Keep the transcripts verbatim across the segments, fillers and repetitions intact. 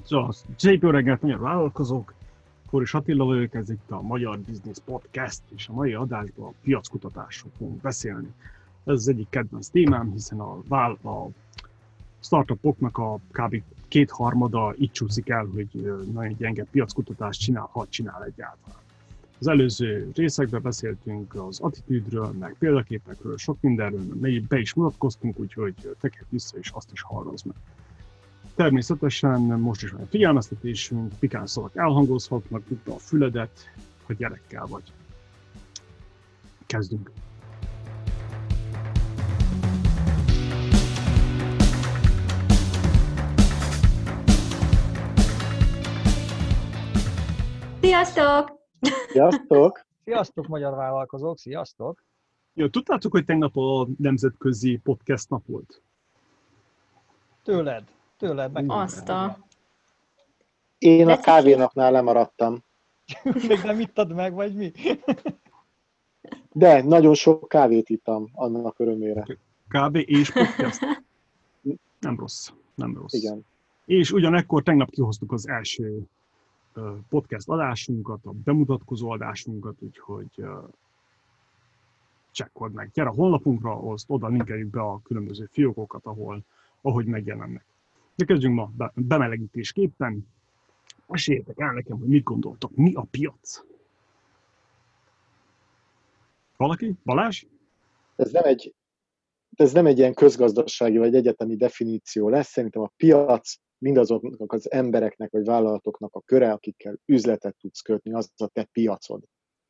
Szóval, szép jó reggelt, magyar vállalkozók! Kóris Attila vagyok, ez itt a Magyar Business Podcast, és a mai adásban a piackutatásról fogunk beszélni. Ez az egyik kedvenc témám, hiszen a, vál, a startupoknak a kb. Kétharmada így csúszik el, hogy nagyon gyenge piackutatást csinál, ha csinál egyáltalán. Az előző részekben beszéltünk az attitűdről, meg példaképekről, sok mindenről, meg be is mutatkoztunk, úgyhogy tekerj vissza és azt is hallgass meg. Természetesen most is van egy figyelmeztetésünk, pikán szavak elhangozhatnak, dugd a füledet, ha gyerekkel vagy. Kezdünk! Sziasztok! Sziasztok! Sziasztok, magyar vállalkozók! Sziasztok! Jó, tudtátok, hogy tegnap a nemzetközi podcast nap volt? Tőled, tőled meg. Azt a... Én a kávénapnál lemaradtam. Még nem ittad meg, vagy mi? De nagyon sok kávét ittam annak örömére. Kávé és podcast. Nem rossz, nem rossz. Igen. És ugyanekkor tegnap kihoztuk az első podcast adásunkat, a bemutatkozó adásunkat, úgyhogy csekkold meg. Gyere a honlapunkra, azt oda linkeljük be a különböző fiókokat, ahol, ahogy megjelennek. De kezdjünk ma be, bemelegítésképpen. Meséljetek el nekem, hogy mit gondoltok, mi a piac? Valaki? Balázs? Ez nem egy, ez nem egy ilyen közgazdasági vagy egyetemi definíció lesz. Szerintem a piac mindazoknak az embereknek vagy vállalatoknak a köre, akikkel üzletet tudsz kötni, az a te piacod.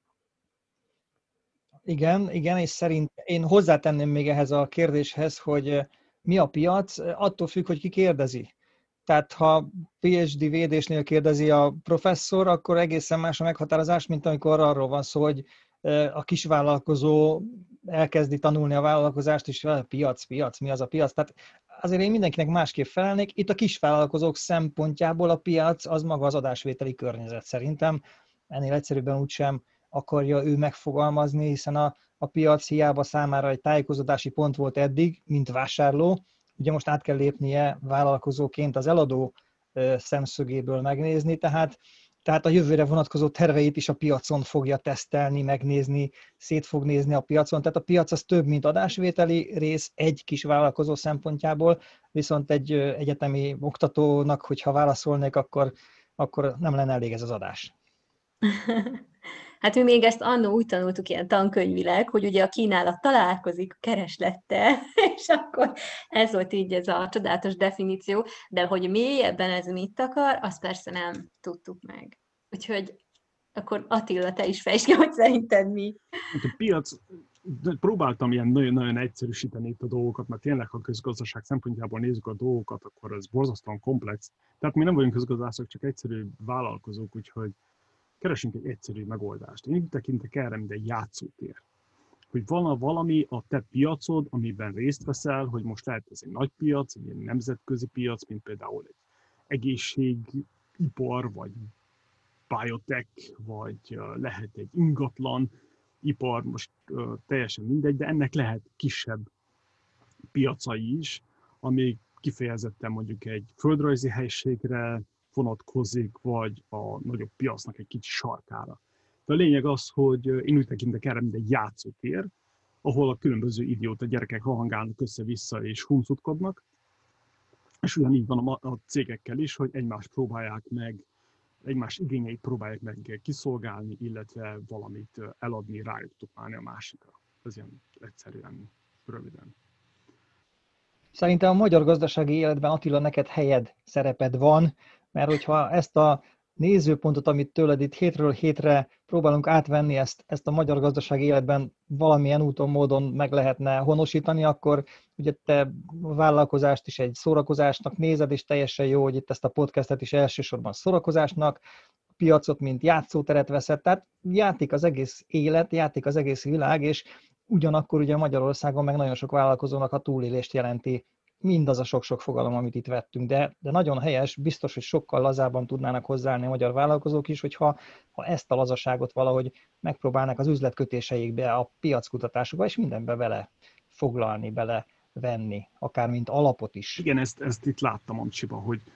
Igen, igen, és szerint én hozzátenném még ehhez a kérdéshez, hogy mi a piac, attól függ, hogy ki kérdezi. Tehát ha PhD védésnél kérdezi a professzor, akkor egészen más a meghatározás, mint amikor arról van szó, hogy a kisvállalkozó elkezdi tanulni a vállalkozást, és a piac, piac, mi az a piac. Tehát azért én mindenkinek másképp felelnék. Itt a kisvállalkozók szempontjából a piac az maga az adásvételi környezet szerintem. Ennél egyszerűbben úgysem akarja ő megfogalmazni, hiszen a, a piac hiába számára egy tájékozódási pont volt eddig, mint vásárló. Ugye most át kell lépnie vállalkozóként az eladó szemszögéből megnézni, tehát, tehát a jövőre vonatkozó terveit is a piacon fogja tesztelni, megnézni, szét fog nézni a piacon. Tehát a piac az több, mint adásvételi rész egy kis vállalkozó szempontjából, viszont egy egyetemi oktatónak, hogyha válaszolnék, akkor, akkor nem lenne elég ez az adás. Hát mi még ezt annó úgy tanultuk ilyen tankönyvileg, hogy ugye a kínálat találkozik kereslettel, és akkor ez volt így ez a csodálatos definíció, de hogy mélyebben ez mit akar, azt persze nem tudtuk meg. Úgyhogy akkor Attila, te is fejtsd ki, hogy szerinted mi. Hát a piac, próbáltam ilyen nagyon-nagyon egyszerűsíteni itt a dolgokat, mert tényleg, ha a közgazdaság szempontjából nézzük a dolgokat, akkor ez borzasztóan komplex. Tehát mi nem vagyunk közgazdászok, csak egyszerű vállalkozók, úgyhogy keresünk egy egyszerű megoldást. Én úgy tekintek erre, mint egy játszótér. Hogy van valami a te piacod, amiben részt veszel, hogy most lehet ez egy nagy piac, egy ilyen nemzetközi piac, mint például egy egészségipar, vagy biotech, vagy lehet egy ingatlan ipar, most uh, teljesen mindegy, de ennek lehet kisebb piacai is, ami kifejezetten mondjuk egy földrajzi helységre vonatkozik, vagy a nagyobb piacnak egy kicsi sarkára. De a lényeg az, hogy én úgy tekintek erre, mint egy játszótér, ahol a különböző idióta gyerekek rohangálnak össze-vissza és huncutkodnak, és ugyanígy van a, a cégekkel is, hogy egymást próbálják meg, egymás igényeit próbálják meg kiszolgálni, illetve valamit eladni, rájuk tupálni a másikra. Ez ilyen egyszerűen, röviden. Szerintem a magyar gazdasági életben, Attila, neked helyed, szereped van, mert hogyha ezt a nézőpontot, amit tőled itt hétről hétre próbálunk átvenni, ezt, ezt a magyar gazdasági életben valamilyen úton, módon meg lehetne honosítani, akkor ugye te a vállalkozást is egy szórakozásnak nézed, és teljesen jó, hogy itt ezt a podcastet is elsősorban szórakozásnak, a piacot, mint játszóteret veszed, tehát játék az egész élet, játék az egész világ, és ugyanakkor ugye Magyarországon meg nagyon sok vállalkozónak a túlélést jelenti mindaz a sok-sok fogalom, amit itt vettünk, de, de nagyon helyes, biztos, hogy sokkal lazábban tudnának hozzáállni a magyar vállalkozók is, hogyha ha ezt a lazaságot valahogy megpróbálnak az üzletkötéseikbe, a piackutatásokba, és mindenbe bele foglalni, bele venni, akár mint alapot is. Igen, ezt, ezt itt láttam Amcsiba, hogy,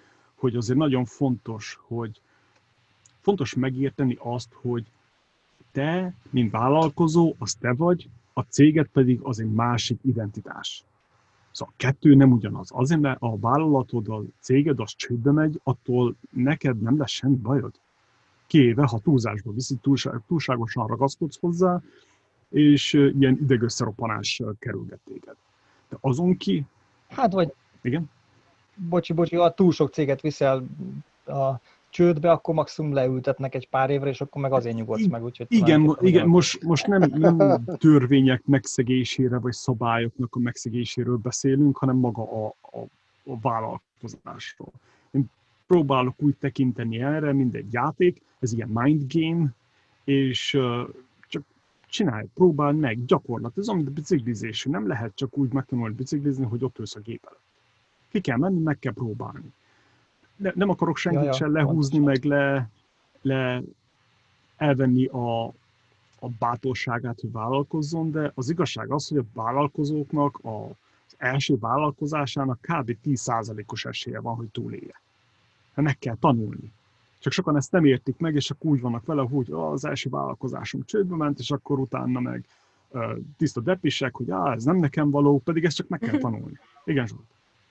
hogy azért nagyon fontos, hogy fontos megérteni azt, hogy te, mint vállalkozó, az te vagy, a céged pedig az egy másik identitás. Szóval a kettő nem ugyanaz. Azért, mert a vállalatod, a céged, az csődbe megy, attól neked nem lesz semmi bajod. Kivéve, ha túlzásba viszi, túlság, túlságosan ragaszkodsz hozzá, és uh, ilyen idegösszeroppanás uh, kerülget téged. De azon ki... Hát vagy... Igen? Bocsi, bocsi, ha túl sok céget viszel a csődbe, akkor maximum leültetnek egy pár évre, és akkor meg azért nyugodsz meg. Úgyhogy igen, igen most, most nem, nem törvények megszegésére, vagy szabályoknak a megszegéséről beszélünk, hanem maga a, a, a vállalkozásról. Én próbálok úgy tekinteni erre, mint egy játék, ez ilyen mind game, és uh, csak csinálj, próbáld meg, gyakorlat. Ez amit a biciklizés, nem lehet csak úgy megtanulni biciklizni, hogy ott ülsz a gép előtt. Ki kell menni, meg kell próbálni. De nem akarok senkit ja, ja, sem lehúzni, pontosan. meg le, le elvenni a, a bátorságát, hogy vállalkozzon, de az igazság az, hogy a vállalkozóknak a, az első vállalkozásának kb. tíz százalékos esélye van, hogy túlélje. Meg kell tanulni. Csak sokan ezt nem értik meg, és akkor úgy vannak vele, hogy az első vállalkozásom csődbe ment, és akkor utána meg uh, tiszta depisek, hogy á, ez nem nekem való, pedig ezt csak meg kell tanulni. Igen, Zsolt?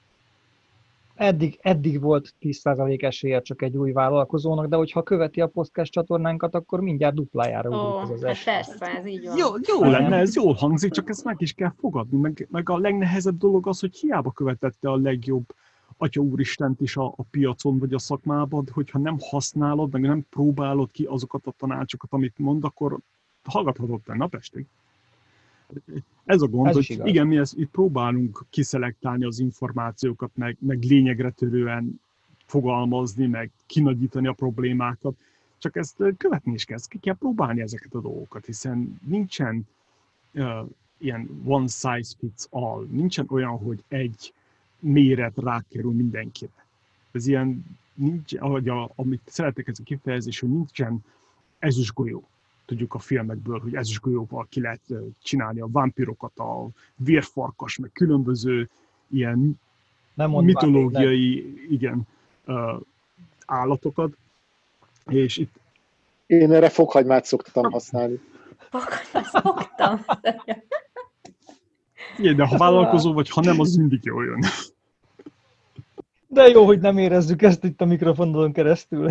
Eddig, eddig volt tíz százalék esélye csak egy új vállalkozónak, de hogyha követi a podcast csatornánkat, akkor mindjárt duplájára ugrik ez az esély. Hát persze, ez így van. Jó, jó lenne, ez jól hangzik, csak ezt meg is kell fogadni. Meg, meg a legnehezebb dolog az, hogy hiába követette a legjobb Atya Úristent is a, a piacon vagy a szakmában, hogyha nem használod, meg nem próbálod ki azokat a tanácsokat, amit mond, akkor hallgathatod te napestig. Ez a gond, ez hogy igaz. Igen, mi ezt itt próbálunk kiszelektálni az információkat, meg, meg lényegre törően fogalmazni, meg kinagyítani a problémákat, csak ezt követni is kell, ki kell próbálni ezeket a dolgokat, hiszen nincsen uh, ilyen one size fits all, nincsen olyan, hogy egy méret rákerül mindenkire. Ez ilyen, nincs, ahogy a, amit szeretek ez a kifejezés, hogy nincsen ezüstgolyó. Tudjuk a filmekből, hogy ezüstgolyóval ki lehet csinálni a vámpirokat, a vérfarkas, meg különböző ilyen mitológiai igen, uh, állatokat. És itt... Én erre fokhagymát szoktam használni. Fokhagymát szoktam. Igen, de ha vállalkozó vagy, ha nem, az mindig jól jön. De jó, hogy nem érezzük ezt itt a mikrofonon keresztül.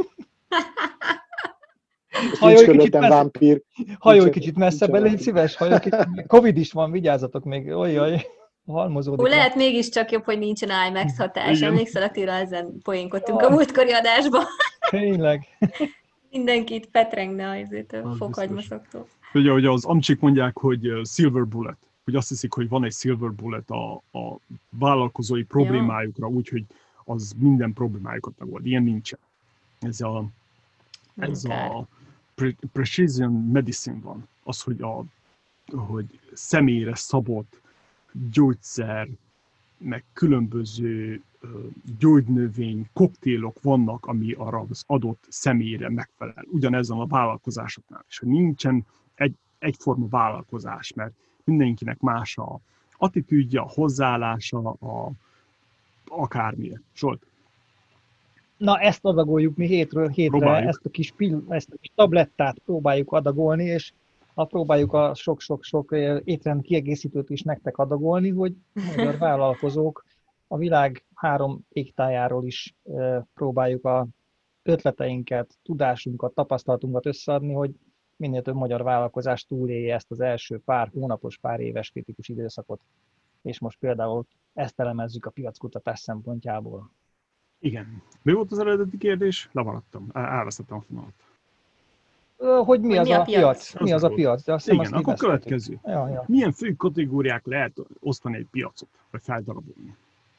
Hajolj kicsit, messze, hajolj kicsit messzebbre, légy szíves, hajolj kicsit. Covid is van, vigyázzatok még, olyjaj, halmozódik. Ó, lehet mégiscsak jobb, hogy nincsen IMAX hatás. Igen. Emlékszel, Attila, ezen poénkodtunk a múltkori adásban. Tényleg. Mindenkit petrengne azért a fokhagymaszokról. Ugye, hogy az amcsik mondják, hogy silver bullet, hogy azt hiszik, hogy van egy silver bullet a, a vállalkozói problémájukra, ja. Úgyhogy az minden problémájukat megold. Ilyen nincsen. Ez a, ez a precision medicine van. Az, hogy, a, hogy személyre szabott gyógyszer, meg különböző gyógynövény, koktélok vannak, ami arra az adott személyre megfelel. Ugyanezen a vállalkozásoknál is, hogy nincsen egy, egyforma vállalkozás, mert mindenkinek más a attitűdje, a hozzáállása, a akármilyen. Zsolt? Na, ezt adagoljuk mi hétről hétre, próbáljuk. ezt a kis pill, ezt a kis tablettát próbáljuk adagolni, és ha próbáljuk a sok-sok-sok étrend kiegészítőt is nektek adagolni, hogy magyar vállalkozók a világ három égtájáról is próbáljuk a ötleteinket, tudásunkat, tapasztalatunkat összeadni, hogy minél több magyar vállalkozás túlélje ezt az első pár hónapos, pár éves kritikus időszakot. És most például ezt elemezzük a piackutatás szempontjából. Igen. Mi volt az eredeti kérdés? Lemaradtam. Elvesztettem a fonalat. Hogy mi, hogy az mi a, a piac? piac? Mi az a piac? De azt igen, azt akkor következő. Ja, ja. Milyen fő kategóriák lehet osztani egy piacot, vagy feldarabolni?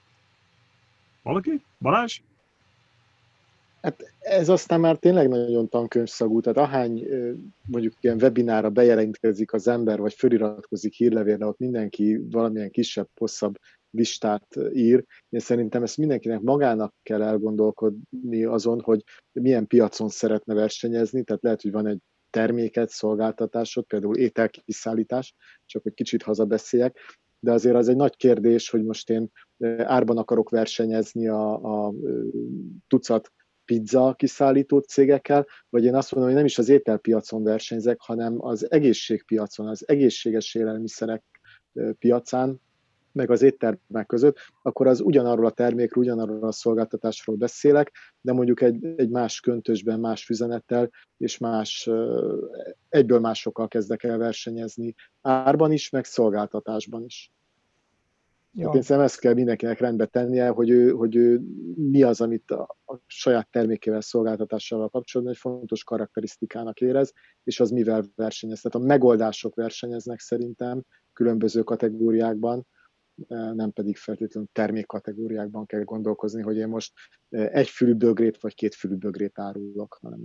Valaki? Balázs? Hát ez aztán már tényleg nagyon tankönyvszagú, tehát ahány mondjuk ilyen webinára bejelentkezik az ember, vagy föliratkozik hírlevélre, ott mindenki valamilyen kisebb, hosszabb listát ír. Én szerintem ezt mindenkinek magának kell elgondolkodni azon, hogy milyen piacon szeretne versenyezni, tehát lehet, hogy van egy terméket, szolgáltatásod, például ételkiszállítás, csak hogy kicsit hazabeszéljek, de azért az egy nagy kérdés, hogy most én árban akarok versenyezni a, a tucat pizza kiszállító cégekkel, vagy én azt mondom, hogy nem is az ételpiacon versenyzek, hanem az egészségpiacon, az egészséges élelmiszerek piacán, meg az éttermek között, akkor az ugyanarról a termékről, ugyanarról a szolgáltatásról beszélek, de mondjuk egy, egy más köntösben, más üzenettel, és más, egyből másokkal kezdek el versenyezni árban is, meg szolgáltatásban is. Ja. Hát én szerintem ezt kell mindenkinek rendbe tennie, hogy ő, hogy ő mi az, amit a, a saját termékével, szolgáltatással kapcsolatban egy fontos karakterisztikának érez, és az mivel versenyez. Tehát a megoldások versenyeznek szerintem különböző kategóriákban, nem pedig feltétlenül termékkategóriákban kell gondolkozni, hogy én most egy fülű bögrét vagy két fülű bögrét árulok, hanem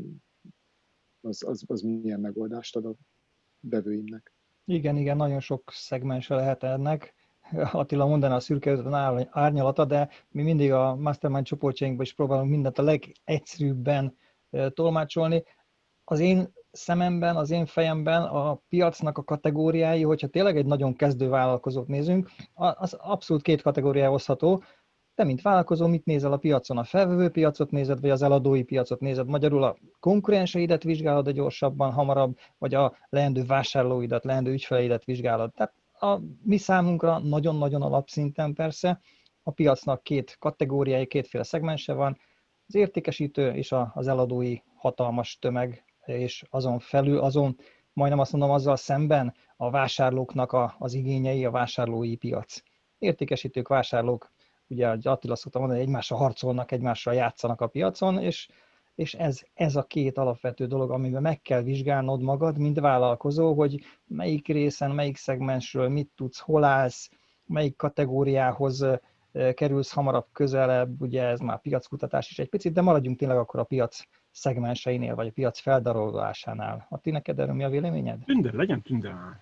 az, az, az milyen megoldást ad a bevőimnek. Igen, igen, nagyon sok szegmense lehet ennek. Attila mondaná a szürke árnyalata, de mi mindig a Mastermind csoportjainkban is próbálunk mindent a legegyszerűbben tolmácsolni. Az én szememben, az én fejemben a piacnak a kategóriái, hogyha tényleg egy nagyon kezdő vállalkozót nézünk, az abszolút két kategóriára osztható. Te, mint vállalkozó, mit nézel a piacon? A felvevő piacot nézed, vagy az eladói piacot nézed? Magyarul a konkurenseidet vizsgálod a gyorsabban, hamarabb, vagy a leendő vásárlóidat, leendő ügyfeleidet vizsgálod. Tehát a mi számunkra nagyon-nagyon alapszinten persze a piacnak két kategóriái, kétféle szegmense van, az értékesítő és az eladói hatalmas tömeg, és azon felül, azon majdnem azt mondom, azzal szemben a vásárlóknak a, az igényei, a vásárlói piac. Értékesítők, vásárlók, ugye Attila szokta mondani, egymással harcolnak, egymással játszanak a piacon, és, és ez, ez a két alapvető dolog, amiben meg kell vizsgálnod magad, mint vállalkozó, hogy melyik részen, melyik szegmensről mit tudsz, hol állsz, melyik kategóriához kerülsz hamarabb, közelebb, ugye ez már piackutatás is egy picit, de maradjunk tényleg akkor a piac szegmenseinél, vagy a piac feldarolásánál. Atti, neked erről mi a véleményed? Tünde, legyen Tünde már.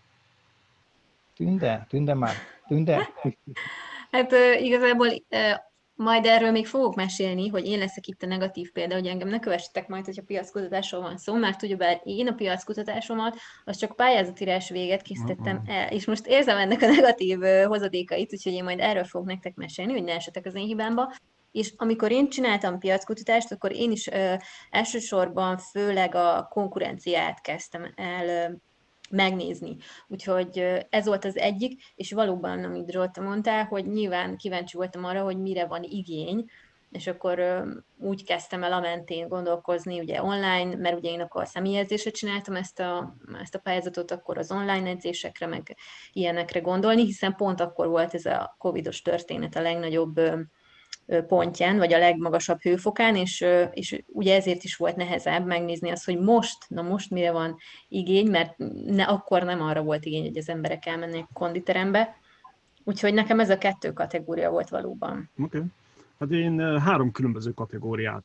Tünde? Tünde már? Tünde? Hát igazából majd erről még fogok mesélni, hogy én leszek itt a negatív példa, hogy engem ne kövessetek majd, hogyha piackutatásról van szó, mert ugyebár én a piackutatásomat, az csak pályázatírás véget készítettem el, és most érzem ennek a negatív hozadékait, úgyhogy én majd erről fogok nektek mesélni, hogy ne esetek az én hibámba. És amikor én csináltam piackutatást, akkor én is ö, elsősorban főleg a konkurenciát kezdtem el ö, megnézni. Úgyhogy ez volt az egyik, és valóban, amit Zsolta mondtál, hogy nyilván kíváncsi voltam arra, hogy mire van igény, és akkor úgy kezdtem el a mentén gondolkozni, ugye online, mert ugye én akkor személyedzésre csináltam ezt a, ezt a pályázatot, akkor az online edzésekre, meg ilyenekre gondolni, hiszen pont akkor volt ez a covidos történet a legnagyobb pontján, vagy a legmagasabb hőfokán, és, és ugye ezért is volt nehezebb megnézni azt, hogy most, na most mire van igény, mert ne, akkor nem arra volt igény, hogy az emberek elmennek konditerembe. Úgyhogy nekem ez a kettő kategória volt valóban. Oké. Okay. Hát én három különböző kategóriát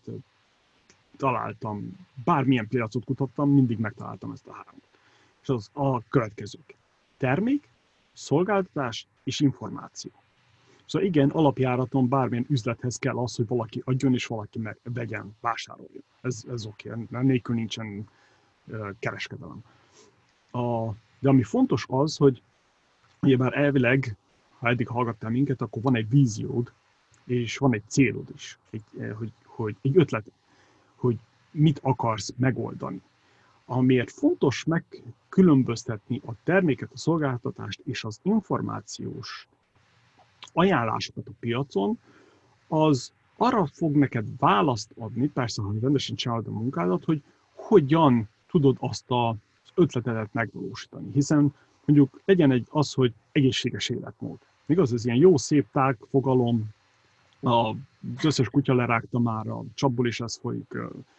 találtam. Bármilyen piacot kutattam, mindig megtaláltam ezt a hármat. És az a következők. Termék, szolgáltatás és információ. Szóval igen, alapjáraton bármilyen üzlethez kell az, hogy valaki adjon és valaki meg, vegyen, vásároljon. Ez, ez oké, okay. Nélkül nincsen uh, kereskedelem. A, de ami fontos az, hogy ugye már elvileg, ha eddig hallgattál minket, akkor van egy víziód, és van egy célod is, egy, hogy, hogy egy ötlet, hogy mit akarsz megoldani. Amiért fontos megkülönböztetni a terméket, a szolgáltatást és az információs ajánlásokat a piacon, az arra fog neked választ adni, persze, ha rendesen csinálod a munkádat, hogy hogyan tudod azt az ötletedet megvalósítani. Hiszen mondjuk legyen egy az, hogy egészséges életmód. Igaz, ez ilyen jó, szép tág fogalom, az összes kutya lerágta már, a csapból is ez folyik.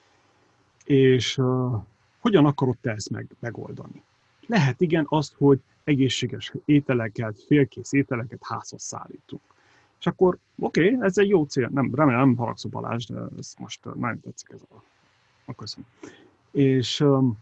És uh, hogyan akarod te ezt meg, megoldani? Lehet igen azt, hogy egészséges ételeket, félkész ételeket házhoz szállítunk. És akkor, oké, okay, ez egy jó cél. Nem, remélem nem haragszol Balázs, de ez most nagyon tetszik ez a... a köszönöm. És, um,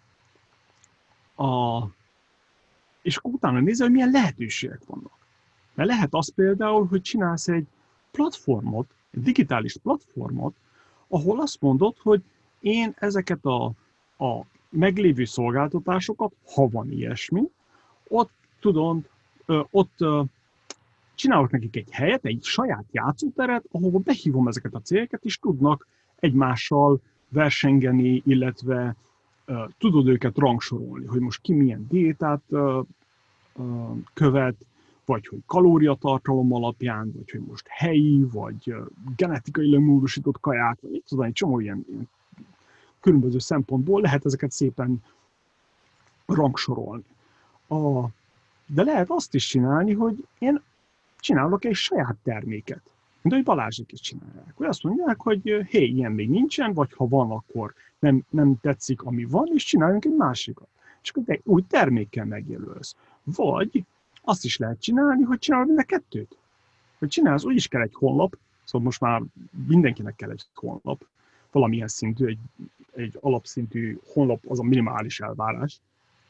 a, és akkor utána nézel, hogy milyen lehetőségek vannak. Mert lehet az például, hogy csinálsz egy platformot, egy digitális platformot, ahol azt mondod, hogy én ezeket a, a meglévő szolgáltatásokat, ha van ilyesmi, ott tudod, ott csinálok nekik egy helyet, egy saját játszóteret, ahova behívom ezeket a cégeket, és tudnak egymással versengeni, illetve uh, tudod őket rangsorolni, hogy most ki milyen diétát uh, uh, követ, vagy hogy kalóriatartalom alapján, vagy hogy most helyi, vagy uh, genetikailag módosított kaják, vagy itt tudom, egy csomó ilyen, ilyen különböző szempontból lehet ezeket szépen rangsorolni. A, de lehet azt is csinálni, hogy én csinálok egy saját terméket, mint ahogy Balázsék is csinálják. Hogy azt mondják, hogy hé, ilyen még nincsen, vagy ha van, akkor nem, nem tetszik, ami van, és csináljunk egy másikat. És akkor egy új termékkel megjelölsz. Vagy azt is lehet csinálni, hogy csinálod mind a kettőt. Hogy csinálsz, úgyis kell egy honlap, szóval most már mindenkinek kell egy honlap, valamilyen szintű, egy, egy alapszintű honlap az a minimális elvárás,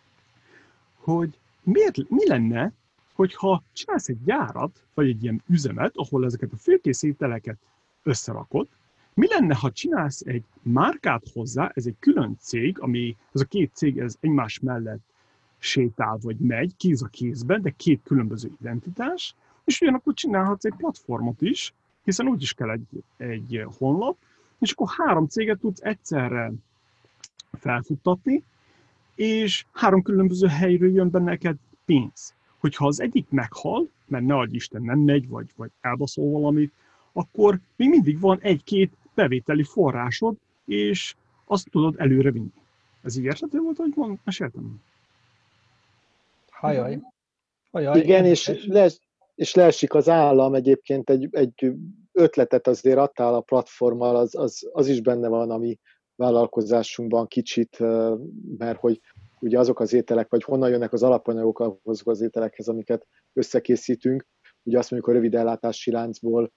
hogy miért, mi lenne, hogyha csinálsz egy gyárat, vagy egy ilyen üzemet, ahol ezeket a főkészételeket összerakod, mi lenne, ha csinálsz egy márkát hozzá, ez egy külön cég, ami, ez a két cég ez egymás mellett sétál, vagy megy, kéz a kézben, de két különböző identitás, és ugyanakkor csinálhatsz egy platformot is, hiszen úgyis kell egy, egy honlap, és akkor három céget tudsz egyszerre felfuttatni, és három különböző helyről jön benne neked pénz. Hogyha az egyik meghal, mert ne adj Isten nem megy, vagy, vagy elbaszol valamit, akkor még mindig van egy-két bevételi forrásod, és azt tudod előre vinni. Ez így érthető volt, hogy mond, meséltem? Hajaj. Hajaj. Igen, és, le, és leesik az állam egyébként egy, egy ötletet azért adtál a platformmal, az, az, az is benne van a mi vállalkozásunkban kicsit, mert hogy ugye azok az ételek, vagy honnan jönnek az alapanyagok azok az ételekhez, amiket összekészítünk. Ugye azt mondjuk a rövid ellátási láncból,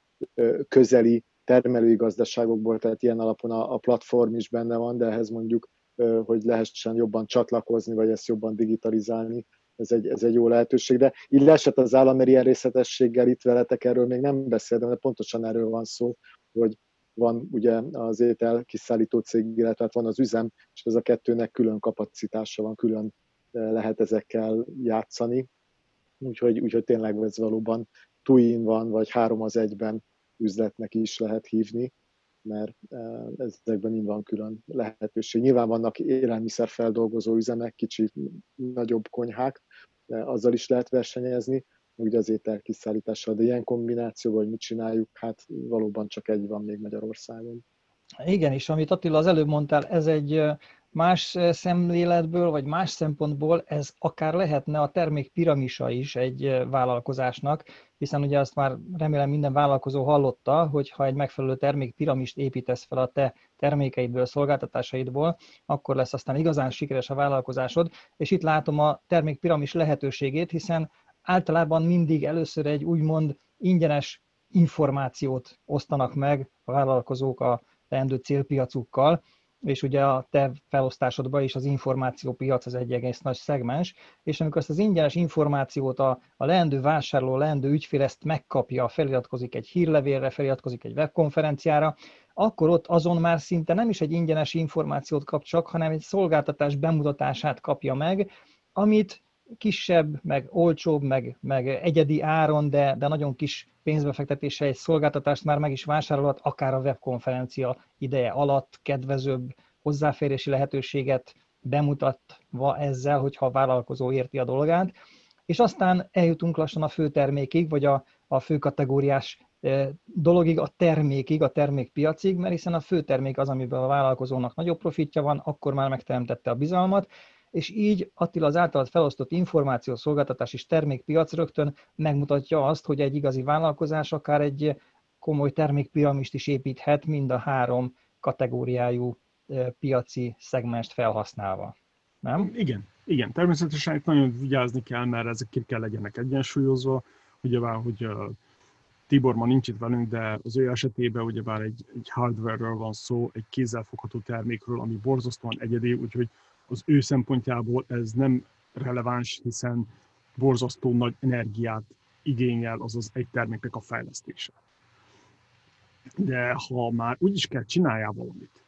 közeli termelői gazdaságokból, tehát ilyen alapon a, a platform is benne van, de ehhez mondjuk, hogy lehessen jobban csatlakozni, vagy ezt jobban digitalizálni, ez egy, ez egy jó lehetőség. De így leesett az állam, mert ilyen részletességgel itt veletek erről még nem beszéltem, de pontosan erről van szó, hogy van ugye az étel kiszállító cég, illetve van az üzem, és ez a kettőnek külön kapacitása van, külön lehet ezekkel játszani. Úgyhogy, úgyhogy tényleg ez valóban two-in van, vagy három az egyben üzletnek is lehet hívni, mert ezekben mind van külön lehetőség. Nyilván vannak élelmiszerfeldolgozó üzemek, kicsit nagyobb konyhák, de azzal is lehet versenyezni, ugye az étel kiszállítással, de ilyen kombinációban, hogy mit csináljuk, hát valóban csak egy van még Magyarországon. Igen, és amit Attila az előbb mondtál, ez egy más szemléletből, vagy más szempontból ez akár lehetne a termék piramisa is egy vállalkozásnak, hiszen ugye azt már remélem minden vállalkozó hallotta, hogy ha egy megfelelő termék piramist építesz fel a te termékeidből, szolgáltatásaidból, akkor lesz aztán igazán sikeres a vállalkozásod, és itt látom a termék piramis lehetőségét, hiszen általában mindig először egy úgymond ingyenes információt osztanak meg a vállalkozók a leendő célpiacukkal, és ugye a te felosztásodban is az információpiac az egy egész nagy szegmens, és amikor ezt az ingyenes információt a, a leendő vásárló, a leendő ügyfél ezt megkapja, feliratkozik egy hírlevélre, feliratkozik egy webkonferenciára, akkor ott azon már szinte nem is egy ingyenes információt kap csak, hanem egy szolgáltatás bemutatását kapja meg, amit kisebb, meg olcsóbb, meg, meg egyedi áron, de, de nagyon kis pénzbefektetéssel egy szolgáltatást már meg is vásárolhat, akár a webkonferencia ideje alatt kedvezőbb hozzáférési lehetőséget bemutatva ezzel, hogyha a vállalkozó érti a dolgát. És aztán eljutunk lassan a főtermékig, vagy a, a főkategóriás dologig, a termékig, a termékpiacig, mert hiszen a főtermék az, amiben a vállalkozónak nagyobb profitja van, akkor már megteremtette a bizalmat, és így Attila az általad felosztott információ, szolgáltatás és termékpiac rögtön megmutatja azt, hogy egy igazi vállalkozás akár egy komoly termékpiramist is építhet, mind a három kategóriájú piaci szegmenst felhasználva. Nem? Igen, igen. Természetesen itt nagyon vigyázni kell, mert ezek ki kell legyenek egyensúlyozva. Ugyebár, hogy uh, Tibor ma nincs itt velünk, de az ő esetében ugyebár egy, egy hardware-ről van szó, egy kézzelfogható termékről, ami borzasztóan egyedi, úgyhogy az ő szempontjából ez nem releváns, hiszen borzasztó nagy energiát igényel azaz egy terméknek a fejlesztése. De ha már úgyis kell csináljál valamit,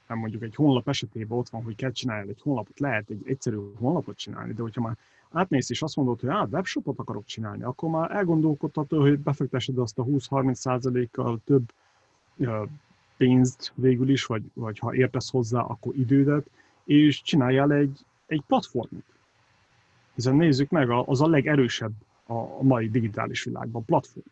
nem mondjuk egy honlap esetében ott van, hogy kell csinálni egy honlapot, lehet egy egyszerű honlapot csinálni, de hogyha már átmész és azt mondod, hogy á, webshopot akarok csinálni, akkor már elgondolkodható, hogy befektesed azt a húsz-harminc százalékkal több pénzt végül is, vagy, vagy ha értesz hozzá, akkor idődet, és csináljál egy, egy platformot. Hiszen nézzük meg, az a legerősebb a mai digitális világban, platform.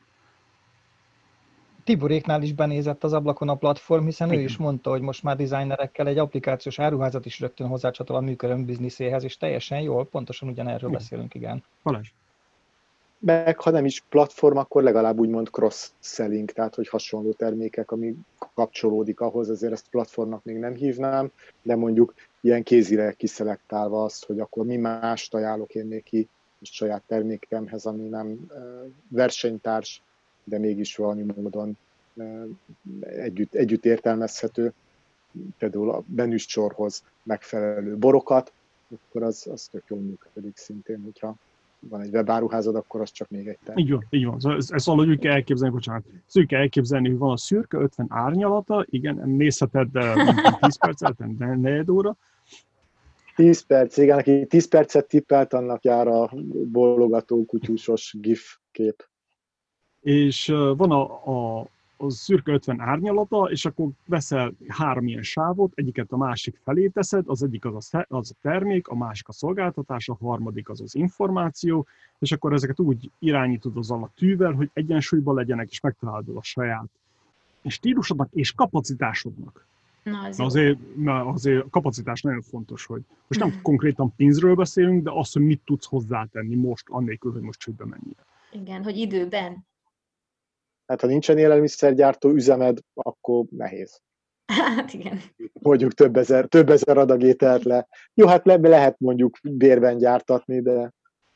Tiboréknál is benézett az ablakon a platform, hiszen Igen. ő is mondta, hogy most már designerekkel egy applikációs áruházat is rögtön hozzácsatol a működő bizniszéhez, és teljesen jól, pontosan ugyanerről igen. beszélünk, igen. Balázs. Meg ha nem is platform, akkor legalább úgymond cross-selling, tehát hogy hasonló termékek, ami kapcsolódik ahhoz, ezért ezt platformnak még nem hívnám, de mondjuk ilyen kézire kiszelektálva azt, hogy akkor mi mást ajánlok én még ki a saját termékemhez, ami nem versenytárs, de mégis valami módon együtt, együtt értelmezhető, például a menüsorhoz megfelelő borokat, akkor az, az tök jól működik szintén, hogyha van egy webáruházad, akkor az csak még egy termék. Így van, így van. Ezt, ezt valahogy úgy kell elképzelni, bocsánat. Ezt úgy kell elképzelni, hogy van a szürke ötven árnyalata, igen, nézheted tíz percet, negyed óra. tíz perc, igen, aki tíz percet tippelt, annak jár a bólogató kutyúsos gif kép. És van a, a, a szürke ötven árnyalata, és akkor veszel három ilyen sávot, egyiket a másik felé teszed, az egyik az a, az a termék, a másik a szolgáltatás, a harmadik az az információ, és akkor ezeket úgy irányítod az alatt tűvel, hogy egyensúlyban legyenek, és megtalálod a saját stílusodnak és kapacitásodnak. Na, az azért, na, azért a kapacitás nagyon fontos, hogy most nem konkrétan pénzről beszélünk, de azt, hogy mit tudsz hozzátenni most, annélkül, hogy most csődbe menjél. Igen, hogy időben. Hát ha nincsen élelmiszergyártó üzemed, akkor nehéz. Hát igen. Mondjuk több ezer, több ezer adag ételt le. Jó, hát le, lehet mondjuk bérben gyártatni, de...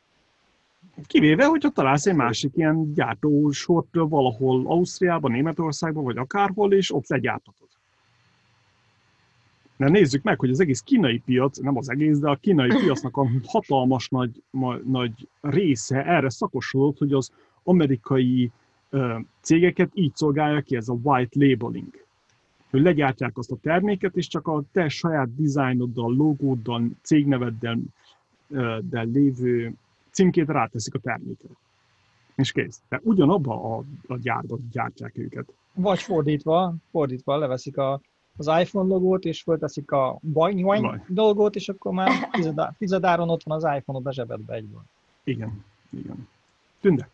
Kivéve, hogyha találsz egy másik ilyen gyártósort valahol Ausztriában, Németországban, vagy akárhol, és ott legyártatod. De nézzük meg, hogy az egész kínai piac, nem az egész, de a kínai piacnak a hatalmas nagy, ma, nagy része erre szakosodott, hogy az amerikai uh, cégeket így szolgálja ki ez a white labeling. Hogy legyártják azt a terméket, és csak a te saját dizájnoddal, logóddal, cégneveddel uh, de lévő címkét ráteszik a termékre. És kész. De ugyanabba a, a gyárban gyártják őket. Vagy fordítva, fordítva leveszik a az iPhone logót, és fölteszik a boing dolgot, és akkor már tizedáron ott van az iPhone-od a zsebedbe egyből. Igen, igen. Tünde?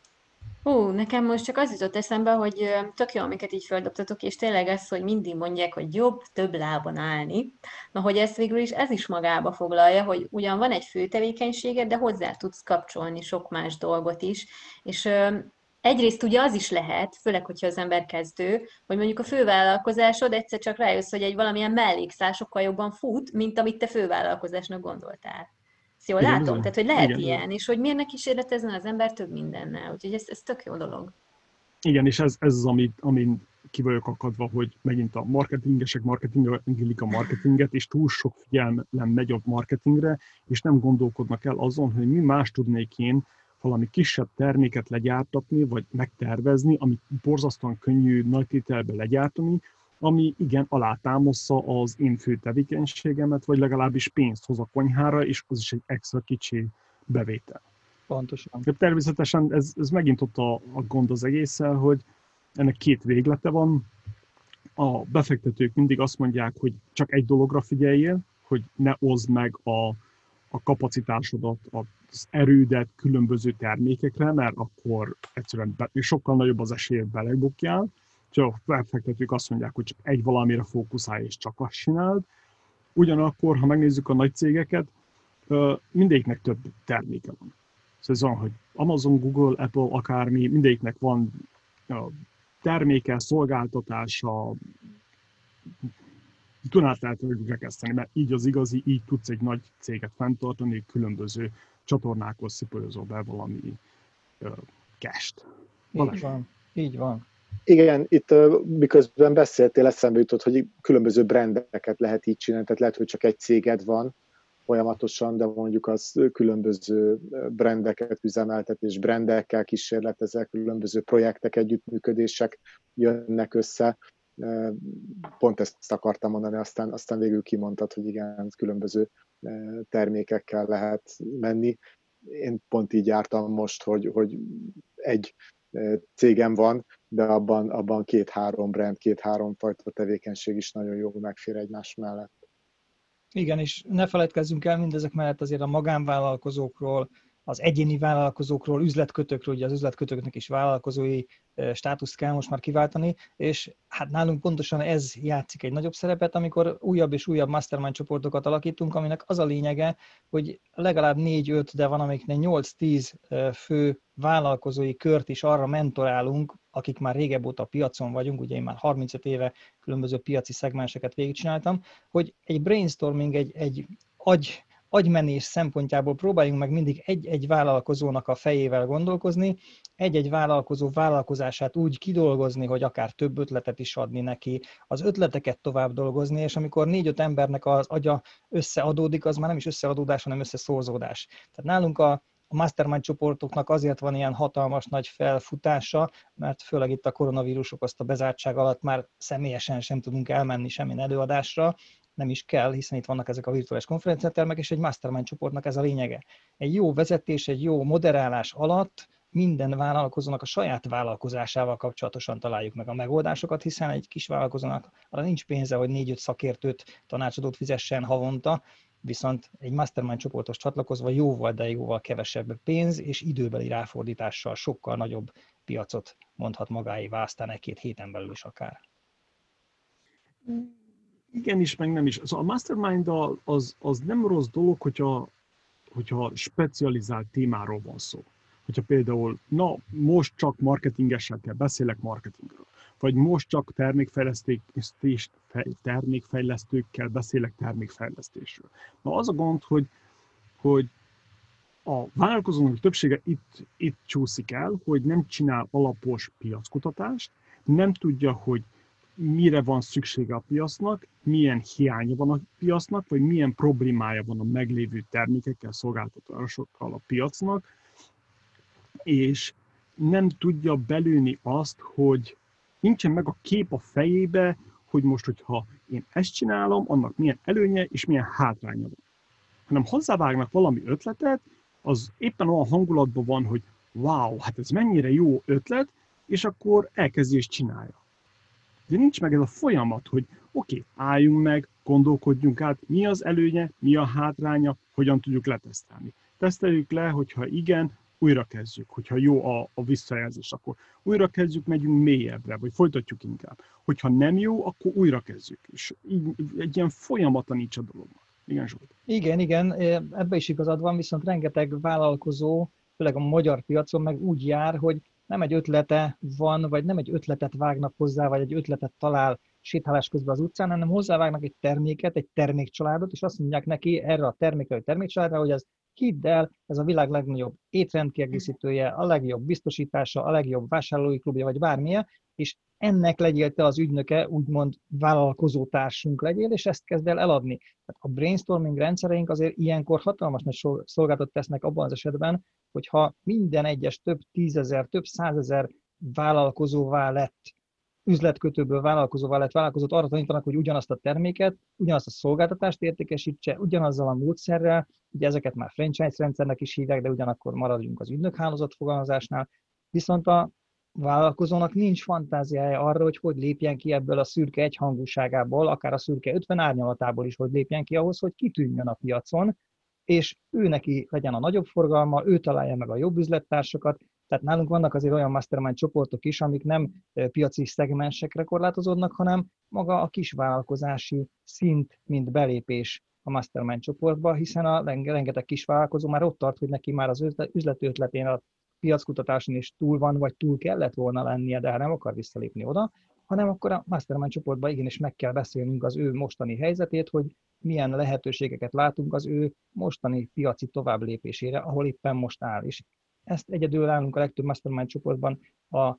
Hú, nekem most csak az jutott eszembe, hogy tök jó, amiket így földobtatok, és tényleg ez, hogy mindig mondják, hogy jobb több lábon állni. Na, hogy ezt végül is ez is magába foglalja, hogy ugyan van egy fő tevékenységed, de hozzá tudsz kapcsolni sok más dolgot is, és egyrészt ugye az is lehet, főleg, hogyha az ember kezdő, hogy mondjuk a fővállalkozásod egyszer csak rájössz, hogy egy valamilyen mellékszál sokkal jobban fut, mint amit te fővállalkozásnak gondoltál. Ezt jól igen, látom? bizony. Tehát, hogy lehet igen, ilyen, és hogy miért ne kísérletezzen az ember több mindennel. Úgyhogy ez, ez tök jó dolog. Igen, és ez, ez az, amit, amin ki vagyok akadva, hogy megint a marketingesek marketingelik a marketinget, és túl sok figyelem megy a marketingre, és nem gondolkodnak el azon, hogy mi más tudnék én valami kisebb terméket legyártatni, vagy megtervezni, amit borzasztóan könnyű nagy tételbe legyártani, ami igen alátámaszza az én fő tevékenységemet, vagy legalábbis pénzt hoz a konyhára, és az is egy extra kicsi bevétel. Pontosan. De természetesen ez, ez megint ott a, a gond az egésszel, hogy ennek két véglete van. A befektetők mindig azt mondják, hogy csak egy dologra figyeljél, hogy ne oszd meg a, a kapacitásodat, az erődet különböző termékekre, mert akkor egyszerűen be, sokkal nagyobb az esély, hogy belebukjál. Csak a befektetők azt mondják, hogy csak egy valamire fókuszálj, és csak azt csináld. Ugyanakkor, ha megnézzük a nagy cégeket, mindegyiknek több terméke van. Szóval az van, hogy Amazon, Google, Apple, akármi, mindegyiknek van terméke, szolgáltatása, tudnád el rekeszteni, mert így az igazi, így tudsz egy nagy céget fenntartani, különböző csatornákhoz szipolyozol be valami uh, cash-t. Így van, így van. Igen, itt uh, miközben beszéltél, eszembe jutott, hogy különböző brandeket lehet így csinálni, tehát lehet, hogy csak egy céged van folyamatosan, de mondjuk az különböző brandeket üzemeltet, és brandekkel kísérletezek, különböző projektek, együttműködések jönnek össze. Pont ezt akartam mondani, aztán, aztán végül kimondtad, hogy igen, különböző termékekkel lehet menni. Én pont így jártam most, hogy, hogy egy cégem van, de abban, abban két-három brand, két-három fajta tevékenység is nagyon jól megfér egymás mellett. Igen, és ne feledkezzünk el mindezek mellett azért a magánvállalkozókról, az egyéni vállalkozókról, üzletkötőkről, ugye az üzletkötőknek is vállalkozói státuszt kell most már kiváltani, és hát nálunk pontosan ez játszik egy nagyobb szerepet, amikor újabb és újabb mastermind csoportokat alakítunk, aminek az a lényege, hogy legalább négy-öt, de van amiknél nyolc-tíz fő vállalkozói kört is arra mentorálunk, akik már régebb óta a piacon vagyunk, ugye én már harmincöt éve különböző piaci szegmenseket végigcsináltam, hogy egy brainstorming, egy, egy agy, agymenés szempontjából próbáljunk meg mindig egy-egy vállalkozónak a fejével gondolkozni, egy-egy vállalkozó vállalkozását úgy kidolgozni, hogy akár több ötletet is adni neki, az ötleteket tovább dolgozni, és amikor négy-öt embernek az agya összeadódik, az már nem is összeadódás, hanem összeszorzódás. Tehát nálunk a A mastermind csoportoknak azért van ilyen hatalmas nagy felfutása, mert főleg itt a koronavírus okozta bezártság alatt már személyesen sem tudunk elmenni semmilyen előadásra, nem is kell, hiszen itt vannak ezek a virtuális konferenciatermek, és egy mastermind csoportnak ez a lényege. Egy jó vezetés, egy jó moderálás alatt minden vállalkozónak a saját vállalkozásával kapcsolatosan találjuk meg a megoldásokat, hiszen egy kis vállalkozónak arra nincs pénze, hogy négy-öt szakértőt, tanácsadót fizessen havonta, viszont egy mastermind csoportos csatlakozva jóval, de jóval kevesebb pénz és időbeli ráfordítással sokkal nagyobb piacot mondhat magáévá, aztán egy-két héten belül is akár. Igen is, meg nem is. Szóval a mastermind az, az nem rossz dolog, hogyha, hogyha specializált témáról van szó. Hogyha például, na, most csak marketingesekkel beszélek marketingről, vagy most csak termékfejlesztés, termékfejlesztőkkel beszélek termékfejlesztésről. Na az a gond, hogy, hogy a vállalkozónak többsége itt, itt csúszik el, hogy nem csinál alapos piackutatást, nem tudja, hogy mire van szüksége a piacnak, milyen hiánya van a piacnak, vagy milyen problémája van a meglévő termékekkel, szolgáltatásokkal a piacnak, és nem tudja belőni azt, hogy nincsen meg a kép a fejébe, hogy most, hogyha én ezt csinálom, annak milyen előnye és milyen hátránya van. Hanem hozzávágnak valami ötletet, az éppen olyan hangulatban van, hogy wow, hát ez mennyire jó ötlet, és akkor elkezdi és csinálja. De nincs meg ez a folyamat, hogy oké, okay, álljunk meg, gondolkodjunk át, mi az előnye, mi a hátránya, hogyan tudjuk letesztelni. Teszteljük le, hogyha igen, újra kezdjük, hogyha jó a, a visszajelzés, akkor újra kezdjük, megyünk mélyebbre, vagy folytatjuk inkább. Hogyha nem jó, akkor újra kezdjük. És így, egy ilyen folyamata nincs a dologban. Igen, Zsolt? Igen, igen, ebbe is igazad van, viszont rengeteg vállalkozó, főleg a magyar piacon meg úgy jár, hogy nem egy ötlete van, vagy nem egy ötletet vágnak hozzá, vagy egy ötletet talál sétálás közben az utcán, hanem hozzávágnak egy terméket, egy termékcsaládot, és azt mondják neki erre a termékre, vagy termékcsaládra, hogy ez hidd el, ez a világ legnagyobb étrendkiegészítője, a legjobb biztosítása, a legjobb vásárlói klubja, vagy bármilyen, és ennek legyél te az ügynöke, úgymond vállalkozó társunk legyél, és ezt kezd el eladni. Tehát a brainstorming rendszereink azért ilyenkor hatalmas nagy szolgáltatot tesznek abban az esetben, hogyha minden egyes több tízezer, több százezer vállalkozóvá lett, üzletkötőből vállalkozóvá lett vállalkozót arra tanítanak, hogy ugyanazt a terméket, ugyanazt a szolgáltatást értékesítse, ugyanazzal a módszerrel, ugye ezeket már franchise rendszernek is hívják, de ugyanakkor maradjunk az ügynökhálózat fogalmazásnál, viszont a vállalkozónak nincs fantáziája arra, hogy hogy lépjen ki ebből a szürke egyhangúságából, akár a szürke ötven árnyalatából is, hogy lépjen ki ahhoz, hogy kitűnjön a piacon, és ő neki legyen a nagyobb forgalma, ő találja meg a jobb üzlettársakat. Tehát nálunk vannak azért olyan mastermind csoportok is, amik nem piaci szegmensekre korlátozódnak, hanem maga a kisvállalkozási szint, mint belépés a mastermind csoportba, hiszen a rengeteg kisvállalkozó már ott tart, hogy neki már az üzleti ötletén a piackutatáson is túl van, vagy túl kellett volna lennie, de nem akar visszalépni oda, hanem akkor a mastermind csoportban igenis meg kell beszélnünk az ő mostani helyzetét, hogy milyen lehetőségeket látunk az ő mostani piaci továbblépésére, ahol éppen most áll is. Ezt egyedül állunk a legtöbb mastermind csoportban a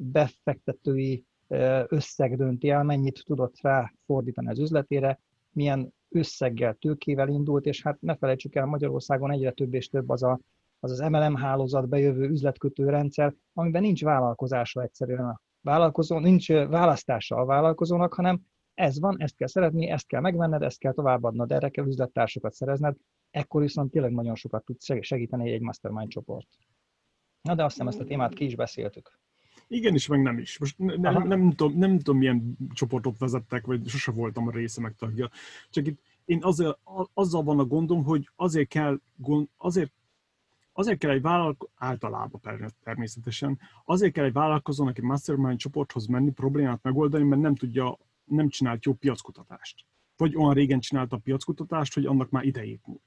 befektetői összeg dönti el, mennyit tudott rá fordítani az üzletére, milyen összeggel, tőkével indult, és hát ne felejtsük el, Magyarországon egyre több és több az a, az, az em el em hálózat bejövő üzletkötő rendszer, amiben nincs vállalkozása egyszerűen a vállalkozó, nincs választása a vállalkozónak, hanem ez van, ezt kell szeretni, ezt kell megvenned, ezt kell továbbadnod, erre kell üzlettársokat szerezned, ekkor viszont tényleg nagyon sokat tud segíteni egy mastermind csoport. Na de azt hiszem ezt a témát ki is beszéltük. Igen is, meg nem is. Most ne, nem, nem, tudom, nem tudom, milyen csoportot vezettek, vagy sose voltam a része meg tagja. Csak itt én azért, azzal van a gondom, hogy azért kell, azért, azért kell egy vállalkozó, általában természetesen, azért kell egy vállalkozónak egy mastermind csoporthoz menni, problémát megoldani, mert nem tudja, nem csinált jó piackutatást. Vagy olyan régen csinálta a piackutatást, hogy annak már idejét múlt.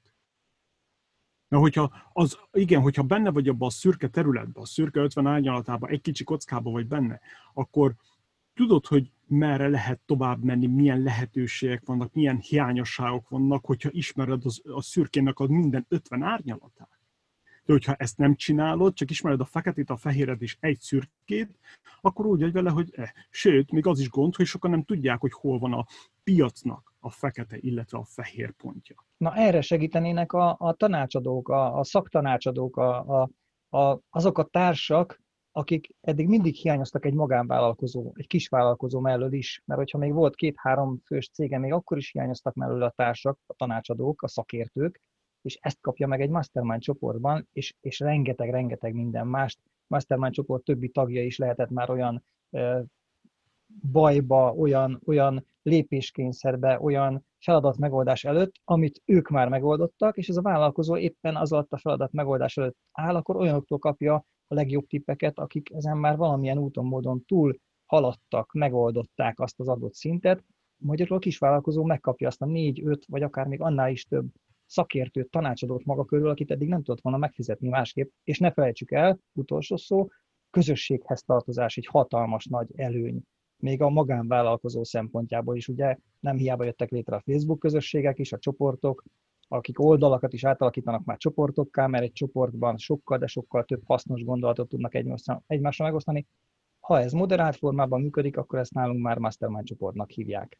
Na, hogyha az, igen, hogyha benne vagy abban a szürke területben, a szürke ötven árnyalatában, egy kicsi kockában vagy benne, akkor tudod, hogy merre lehet tovább menni, milyen lehetőségek vannak, milyen hiányosságok vannak, hogyha ismered az, a szürkének a minden ötven árnyalatát. De hogyha ezt nem csinálod, csak ismered a feketét, a fehéret és egy szürkét, akkor úgy vagy vele, hogy eh. Sőt, még az is gond, hogy sokan nem tudják, hogy hol van a piacnak a fekete, illetve a fehér pontja. Na erre segítenének a, a tanácsadók, a, a szaktanácsadók, a, a, a, azok a társak, akik eddig mindig hiányoztak egy magánvállalkozó, egy kisvállalkozó mellől is, mert hogyha még volt két-három fős cége, még akkor is hiányoztak mellől a társak, a tanácsadók, a szakértők, és ezt kapja meg egy mastermind csoportban, és, és rengeteg-rengeteg minden mást. Mastermind csoport többi tagja is lehetett már olyan e, bajba, olyan, olyan lépéskényszerbe, olyan feladat megoldás előtt, amit ők már megoldottak, és ez a vállalkozó éppen az alatt a feladat megoldás előtt áll, akkor olyanoktól kapja a legjobb tippeket, akik ezen már valamilyen úton, módon túl haladtak, megoldották azt az adott szintet. Magyarul a kisvállalkozó megkapja azt a négy, öt, vagy akár még annál is több szakértőt, tanácsadót maga körül, akit eddig nem tudott volna megfizetni másképp, és ne felejtsük el, utolsó szó, közösséghez tartozás egy hatalmas nagy előny. Még a magánvállalkozó szempontjából is, ugye nem hiába jöttek létre a Facebook közösségek is, a csoportok, akik oldalakat is átalakítanak már csoportokká, mert egy csoportban sokkal, de sokkal több hasznos gondolatot tudnak egymásra, egymásra megosztani. Ha ez moderált formában működik, akkor ezt nálunk már mastermind csoportnak hívják.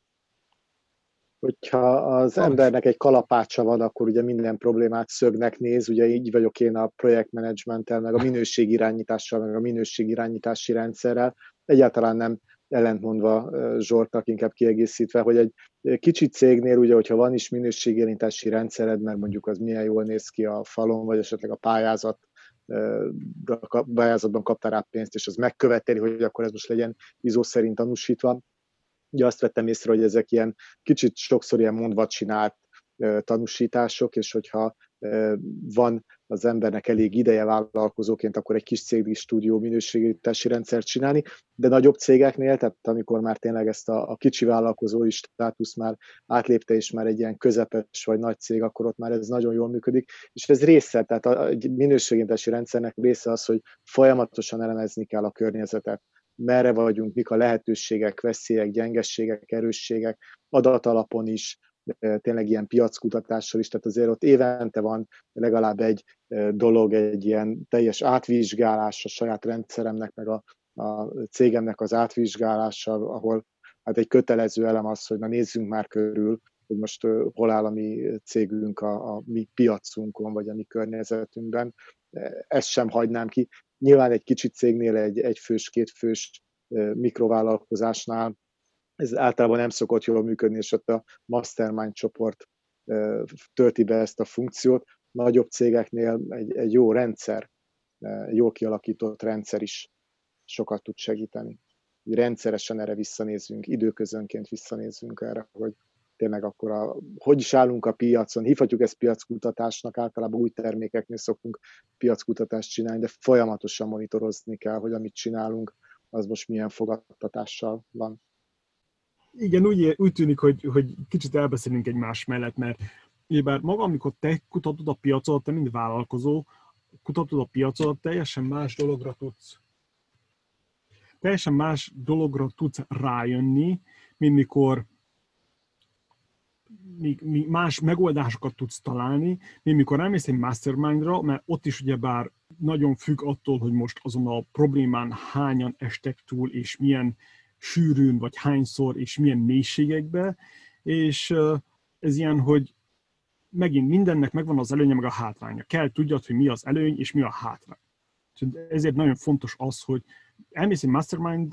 Hogyha az embernek egy kalapácsa van, akkor ugye minden problémát szögnek néz, ugye így vagyok én a projektmenedzsmenttel, meg a minőségirányítással, meg a minőségirányítási rendszerrel. Egyáltalán nem ellentmondva Zsoltnak, inkább kiegészítve, hogy egy kicsi cégnél, ugye, hogyha van is minőségirányítási rendszered, mert mondjuk az milyen jól néz ki a falon, vagy esetleg a pályázat, pályázatban kaptál rá pénzt, és az megköveteli, hogy akkor ez most legyen izó szerint tanúsítva. Ugye azt vettem észre, hogy ezek ilyen kicsit sokszor ilyen mondva csinált tanúsítások, és hogyha van az embernek elég ideje vállalkozóként, akkor egy kis cég is tud jó minőségítási rendszert csinálni, de nagyobb cégeknél, tehát amikor már tényleg ezt a, a kicsi vállalkozói státusz már átlépte, és már egy ilyen közepes vagy nagy cég, akkor ott már ez nagyon jól működik, és ez része, tehát a, egy minőségítási rendszernek része az, hogy folyamatosan elemezni kell a környezetet. Merre vagyunk, mik a lehetőségek, veszélyek, gyengességek, erősségek, adatalapon is, tényleg ilyen piackutatással is, tehát azért ott évente van legalább egy dolog, egy ilyen teljes átvizsgálás a saját rendszeremnek, meg a, a cégemnek az átvizsgálása, ahol hát egy kötelező elem az, hogy na nézzünk már körül, hogy most uh, hol áll a mi cégünk a, a mi piacunkon, vagy a mi környezetünkben. Ezt sem hagynám ki. Nyilván egy kicsi cégnél, egy egyfős, kétfős uh, mikrovállalkozásnál ez általában nem szokott jól működni, és ott a mastermind csoport uh, tölti be ezt a funkciót. Nagyobb cégeknél egy, egy jó rendszer, uh, jól kialakított rendszer is sokat tud segíteni. Rendszeresen erre visszanézzünk, időközönként visszanézzünk erre, hogy tényleg akkor a, hogy is állunk a piacon, hívhatjuk ezt piackutatásnak, általában új termékeknél szoktunk piackutatást csinálni, de folyamatosan monitorozni kell, hogy amit csinálunk, az most milyen fogadtatással van. Igen, úgy, úgy tűnik, hogy, hogy kicsit elbeszélünk egymás mellett, mert bár maga, amikor te kutatod a piacot, te mind vállalkozó, kutatod a piacot, teljesen más dologra tudsz teljesen más dologra tudsz rájönni, mint mikor más megoldásokat tudsz találni, mint mikor elmész egy mastermindra, mert ott is ugyebár nagyon függ attól, hogy most azon a problémán hányan estek túl, és milyen sűrűn, vagy hányszor, és milyen mélységekbe, és ez ilyen, hogy megint mindennek megvan az előnye, meg a hátránya. Kell tudjad, hogy mi az előny, és mi a hátrány. Ezért nagyon fontos az, hogy elmész egy mastermind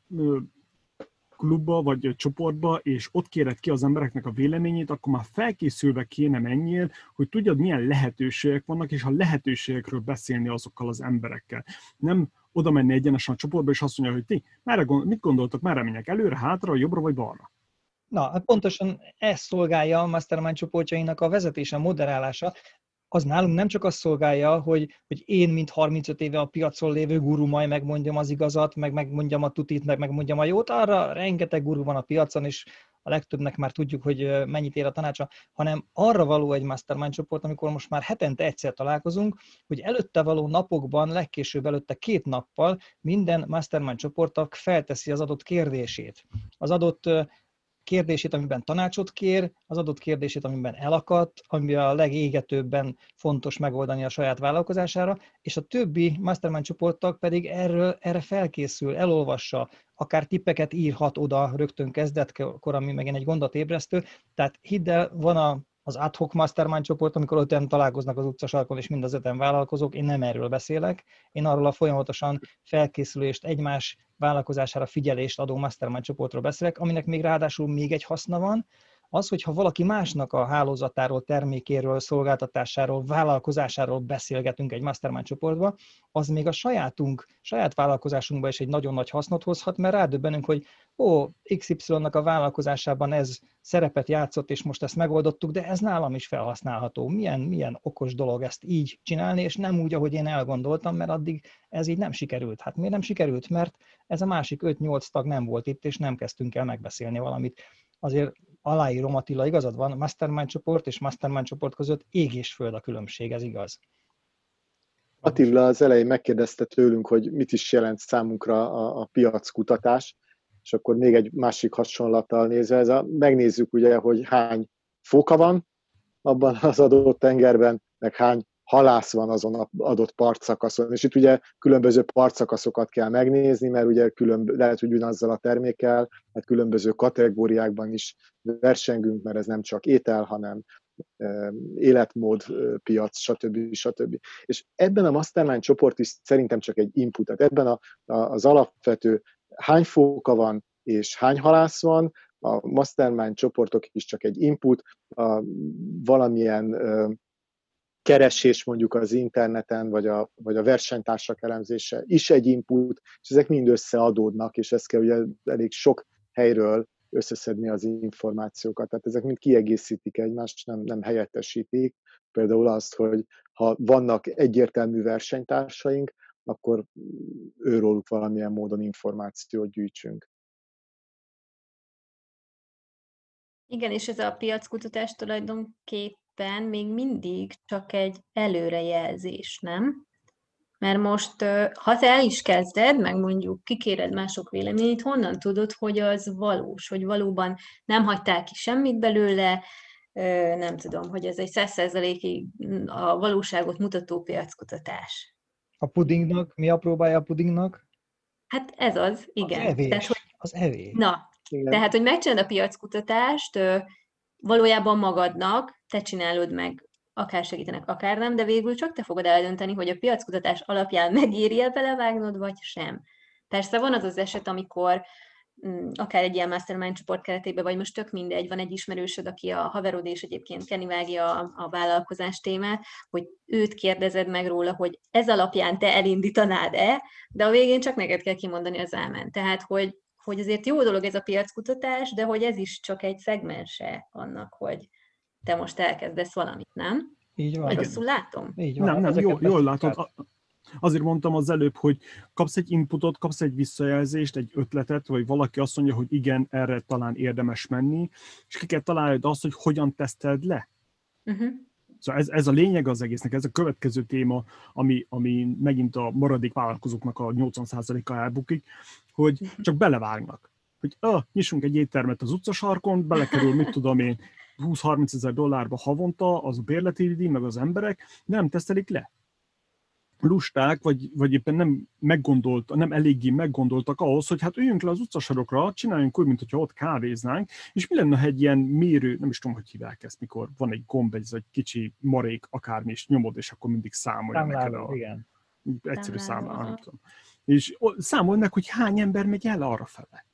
klubba vagy csoportba, és ott kéred ki az embereknek a véleményét, akkor már felkészülve kéne menjél, hogy tudjad, milyen lehetőségek vannak, és a lehetőségekről beszélni azokkal az emberekkel. Nem oda menni egyenesen a csoportba, és azt mondja, hogy ti, merre, mit gondoltok, merre menjek, előre, hátra, jobbra vagy balra? Na, pontosan ez szolgálja a Mastermind csoportjainak a vezetése, moderálása. Az nálunk nem csak azt szolgálja, hogy, hogy én, mint harmincöt éve a piacon lévő guru, majd megmondjam az igazat, meg megmondjam a tutit, meg megmondjam a jót, arra rengeteg guru van a piacon, és a legtöbbnek már tudjuk, hogy mennyit ér a tanácsa, hanem arra való egy Mastermind csoport, amikor most már hetente egyszer találkozunk, hogy előtte való napokban, legkésőbb előtte két nappal minden Mastermind csoporttag felteszi az adott kérdését. Az adott kérdését, amiben tanácsot kér, az adott kérdését, amiben elakadt, ami a legégetőbben fontos megoldani a saját vállalkozására, és a többi Mastermind csoporttag pedig erről, erre felkészül, elolvassa, akár tippeket írhat oda rögtön kezdetkor, ami megint egy gondolatébresztő. Tehát hidd el, van a az ad hoc Mastermind csoport, amikor öten találkoznak az utcasarkon, és mind az öten vállalkozók, én nem erről beszélek, én arról a folyamatosan felkészülést, egymás vállalkozására figyelést adó Mastermind csoportról beszélek, aminek még ráadásul még egy haszna van, az, hogyha valaki másnak a hálózatáról, termékéről, szolgáltatásáról, vállalkozásáról beszélgetünk egy Mastermind csoportba, az még a sajátunk, saját vállalkozásunkban is egy nagyon nagy hasznot hozhat, mert rádöbbenünk, hogy ó, iksz ipszilonnak a vállalkozásában ez szerepet játszott, és most ezt megoldottuk, de ez nálam is felhasználható. Milyen, milyen okos dolog ezt így csinálni, és nem úgy, ahogy én elgondoltam, mert addig ez így nem sikerült. Hát miért nem sikerült? Mert ez a másik öt-nyolc tag nem volt itt, és nem kezdtünk el megbeszélni valamit. Azért aláírom, Attila, igazad van, Mastermind csoport és Mastermind csoport között ég és föld a különbség, ez igaz. Attila az elején megkérdezte tőlünk, hogy mit is jelent számunkra a, a piackutatás, és akkor még egy másik hasonlattal nézve, ez a, megnézzük ugye, hogy hány fóka van abban az adott tengerben, meg hány halász van azon az adott partszakaszon. És itt ugye különböző partszakaszokat kell megnézni, mert ugye különb- lehet, hogy ugyanazzal a termékkel, hát különböző kategóriákban is versengünk, mert ez nem csak étel, hanem életmód, piac, stb. stb. És ebben a Mastermind csoport is szerintem csak egy input. Tehát ebben a, a, az alapvető hány fóka van és hány halász van, a Mastermind csoportok is csak egy input, a valamilyen ö, keresés mondjuk az interneten, vagy a, vagy a versenytársak elemzése is egy input, és ezek mind összeadódnak, és ezt kell ugye elég sok helyről összeszedni az információkat. Tehát ezek mind kiegészítik egymást, nem, nem helyettesítik. Például azt, hogy ha vannak egyértelmű versenytársaink, akkor őróluk valamilyen módon információt gyűjtsünk. Igen, és ez a piackutatás tulajdonképpen még mindig csak egy előrejelzés, nem? Mert most, ha te el is kezded, meg mondjuk kikéred mások véleményét, honnan tudod, hogy az valós, hogy valóban nem hagytál ki semmit belőle, nem tudom, hogy ez egy száz százalékig a valóságot mutató piackutatás. A pudingnak, mi a próbája a pudingnak? Hát ez az, igen. Az evés. Tehát, hogy, az evés. Na, igen. Tehát, hogy megcsinálod a piackutatást, valójában magadnak, te csinálod meg, akár segítenek, akár nem, de végül csak te fogod eldönteni, hogy a piackutatás alapján megéri-e belevágnod, vagy sem. Persze van az az eset, amikor akár egy ilyen Mastermind csoport keretében, vagy most tök mindegy, van egy ismerősöd, aki a haverod, és egyébként Kenny vágja a, a vállalkozás témát, hogy őt kérdezed meg róla, hogy ez alapján te elindítanád-e, de a végén csak neked kell kimondani az ámen. Tehát, hogy, hogy azért jó dolog ez a piackutatás, de hogy ez is csak egy szegmense annak, hogy te most elkezdesz valamit, nem? Így van. Vagy rosszul látom? Így van. Nem, nem, jól, jól látod. Azért mondtam az előbb, hogy kapsz egy inputot, kapsz egy visszajelzést, egy ötletet, vagy valaki azt mondja, hogy igen, erre talán érdemes menni, és ki kell találnod azt, hogy hogyan teszteld le. Uh-huh. Szóval ez, ez a lényeg az egésznek, ez a következő téma, ami, ami megint a maradék vállalkozóknak a nyolcvan százaléka elbukik, hogy csak belevágnak. Hogy ah, nyissunk egy éttermet az utcasarkon, belekerül, mit tudom én, húsz-harminc ezer dollárba havonta, az a bérleti díj, meg az emberek, de nem tesztelik le. Lusták, vagy, vagy éppen nem meggondolt, nem eléggé meggondoltak ahhoz, hogy hát üljünk le az utcasarokra, csináljunk úgy, mintha ott kávéznánk, és mi lenne, ha egy ilyen mérő, nem is tudom, hogy hívják ezt, mikor van egy gomb, egy, egy kicsi marék, akármi, és nyomod, és akkor mindig számolja neked a... Igen. Egyszerű számláló, nem tudom. És számolj meg, hogy hány ember megy el arrafele.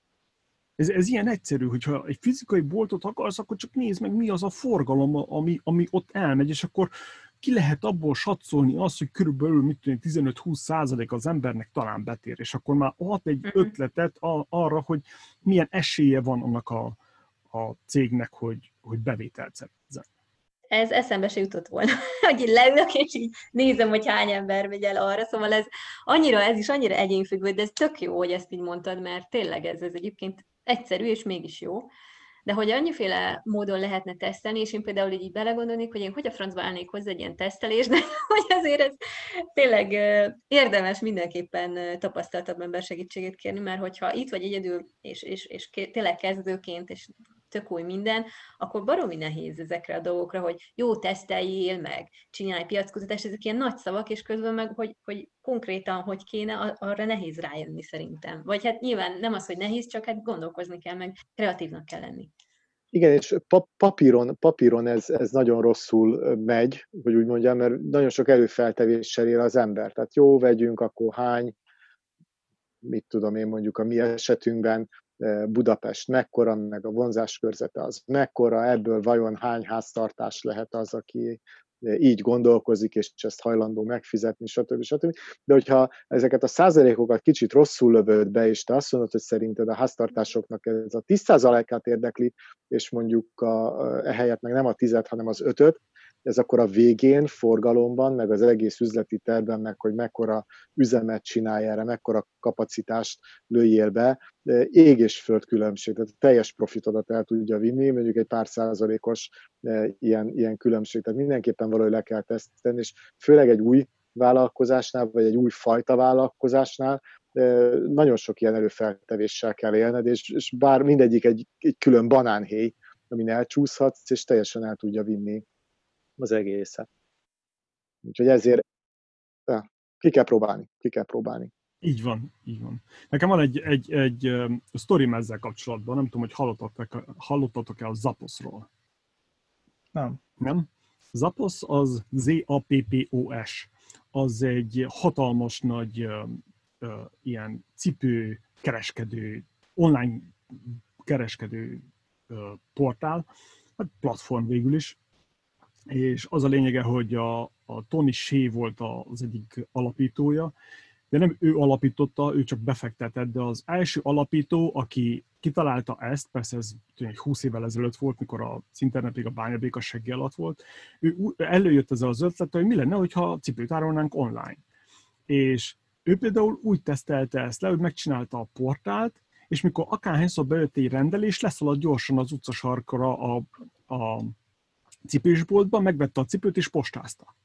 Ez, ez ilyen egyszerű, hogyha egy fizikai boltot akarsz, akkor csak nézd meg, mi az a forgalom, ami, ami ott elmegy, és akkor ki lehet abból satszolni azt, hogy körülbelül mit tudom, tizenöt-húsz százalék az embernek talán betér, és akkor már ad egy ötletet arra, hogy milyen esélye van annak a, a cégnek, hogy, hogy bevételt szerezzen. Ez eszembe se jutott volna, hogy így leülök, és így nézem, hogy hány ember megy el arra, szóval ez annyira, ez is annyira egyénfüggő, de ez tök jó, hogy ezt így mondtad, mert tényleg ez, ez egyébként egyszerű, és mégis jó. De hogy annyiféle módon lehetne tesztelni, és én például így belegondolnék, hogy én hogy a francba állnék hozzá egy ilyen tesztelésre, hogy azért ez tényleg érdemes mindenképpen tapasztaltabb ember segítségét kérni, mert hogyha itt vagy egyedül, és, és, és tényleg kezdőként, és tök új minden, akkor baromi nehéz ezekre a dolgokra, hogy jó, teszteljél, meg csinálj piackutatást, ezek ilyen nagy szavak, és közben meg, hogy, hogy konkrétan hogy kéne, arra nehéz rájönni szerintem. Vagy hát nyilván nem az, hogy nehéz, csak hát gondolkozni kell, meg kreatívnak kell lenni. Igen, és papíron, papíron ez, ez nagyon rosszul megy, hogy úgy mondjam, mert nagyon sok előfeltevéssel él az ember. Tehát jó, vegyünk, akkor hány, mit tudom én mondjuk a mi esetünkben, Budapest mekkora, meg a vonzáskörzete az mekkora, ebből vajon hány háztartás lehet az, aki így gondolkozik, és ezt hajlandó megfizetni, stb. stb. De hogyha ezeket a százalékokat kicsit rosszul lövöd be, és te azt mondod, hogy szerinted a háztartásoknak ez a tíz százalékát érdekli, és mondjuk a, ehelyett meg nem a tizet, hanem az ötöt, ez akkor a végén forgalomban, meg az egész üzleti tervben, meg hogy mekkora üzemet csinálj erre, mekkora kapacitást lőjél be, ég és föld különbség, tehát teljes profitodat el tudja vinni, mondjuk egy pár százalékos ilyen, ilyen különbség, tehát mindenképpen valahogy le kell tesztelni, és főleg egy új vállalkozásnál, vagy egy új fajta vállalkozásnál nagyon sok ilyen előfeltevéssel kell élned, és, és bár mindegyik egy, egy külön banánhéj, amin elcsúszhatsz, és teljesen el tudja vinni az egészet. Úgyhogy ezért ja, ki kell próbálni, ki kell próbálni. Így van, így van. Nekem van egy, egy, egy uh, sztorim ezzel kapcsolatban, nem tudom, hogy hallottatok-e, hallottatok-e a Zaposzról. Nem. Nem? Zaposz az zé a pé pé o es. Az egy hatalmas nagy uh, uh, ilyen cipő kereskedő, online kereskedő uh, portál, hát platform végül is, és az a lényege, hogy a, a Tony Hsieh volt az egyik alapítója, de nem ő alapította, ő csak befektetett, de az első alapító, aki kitalálta ezt, persze ez húsz évvel ezelőtt volt, mikor az internet még a bányabéka segge alatt volt, ő előjött ezzel az ötlettel, hogy mi lenne, hogyha cipőt árulnánk online. És ő például úgy tesztelte ezt le, hogy megcsinálta a portált, és mikor akárhányszor bejött egy rendelés, leszaladt gyorsan az utcasarkra a, a cipősboltban, megvette a cipőt és postázta.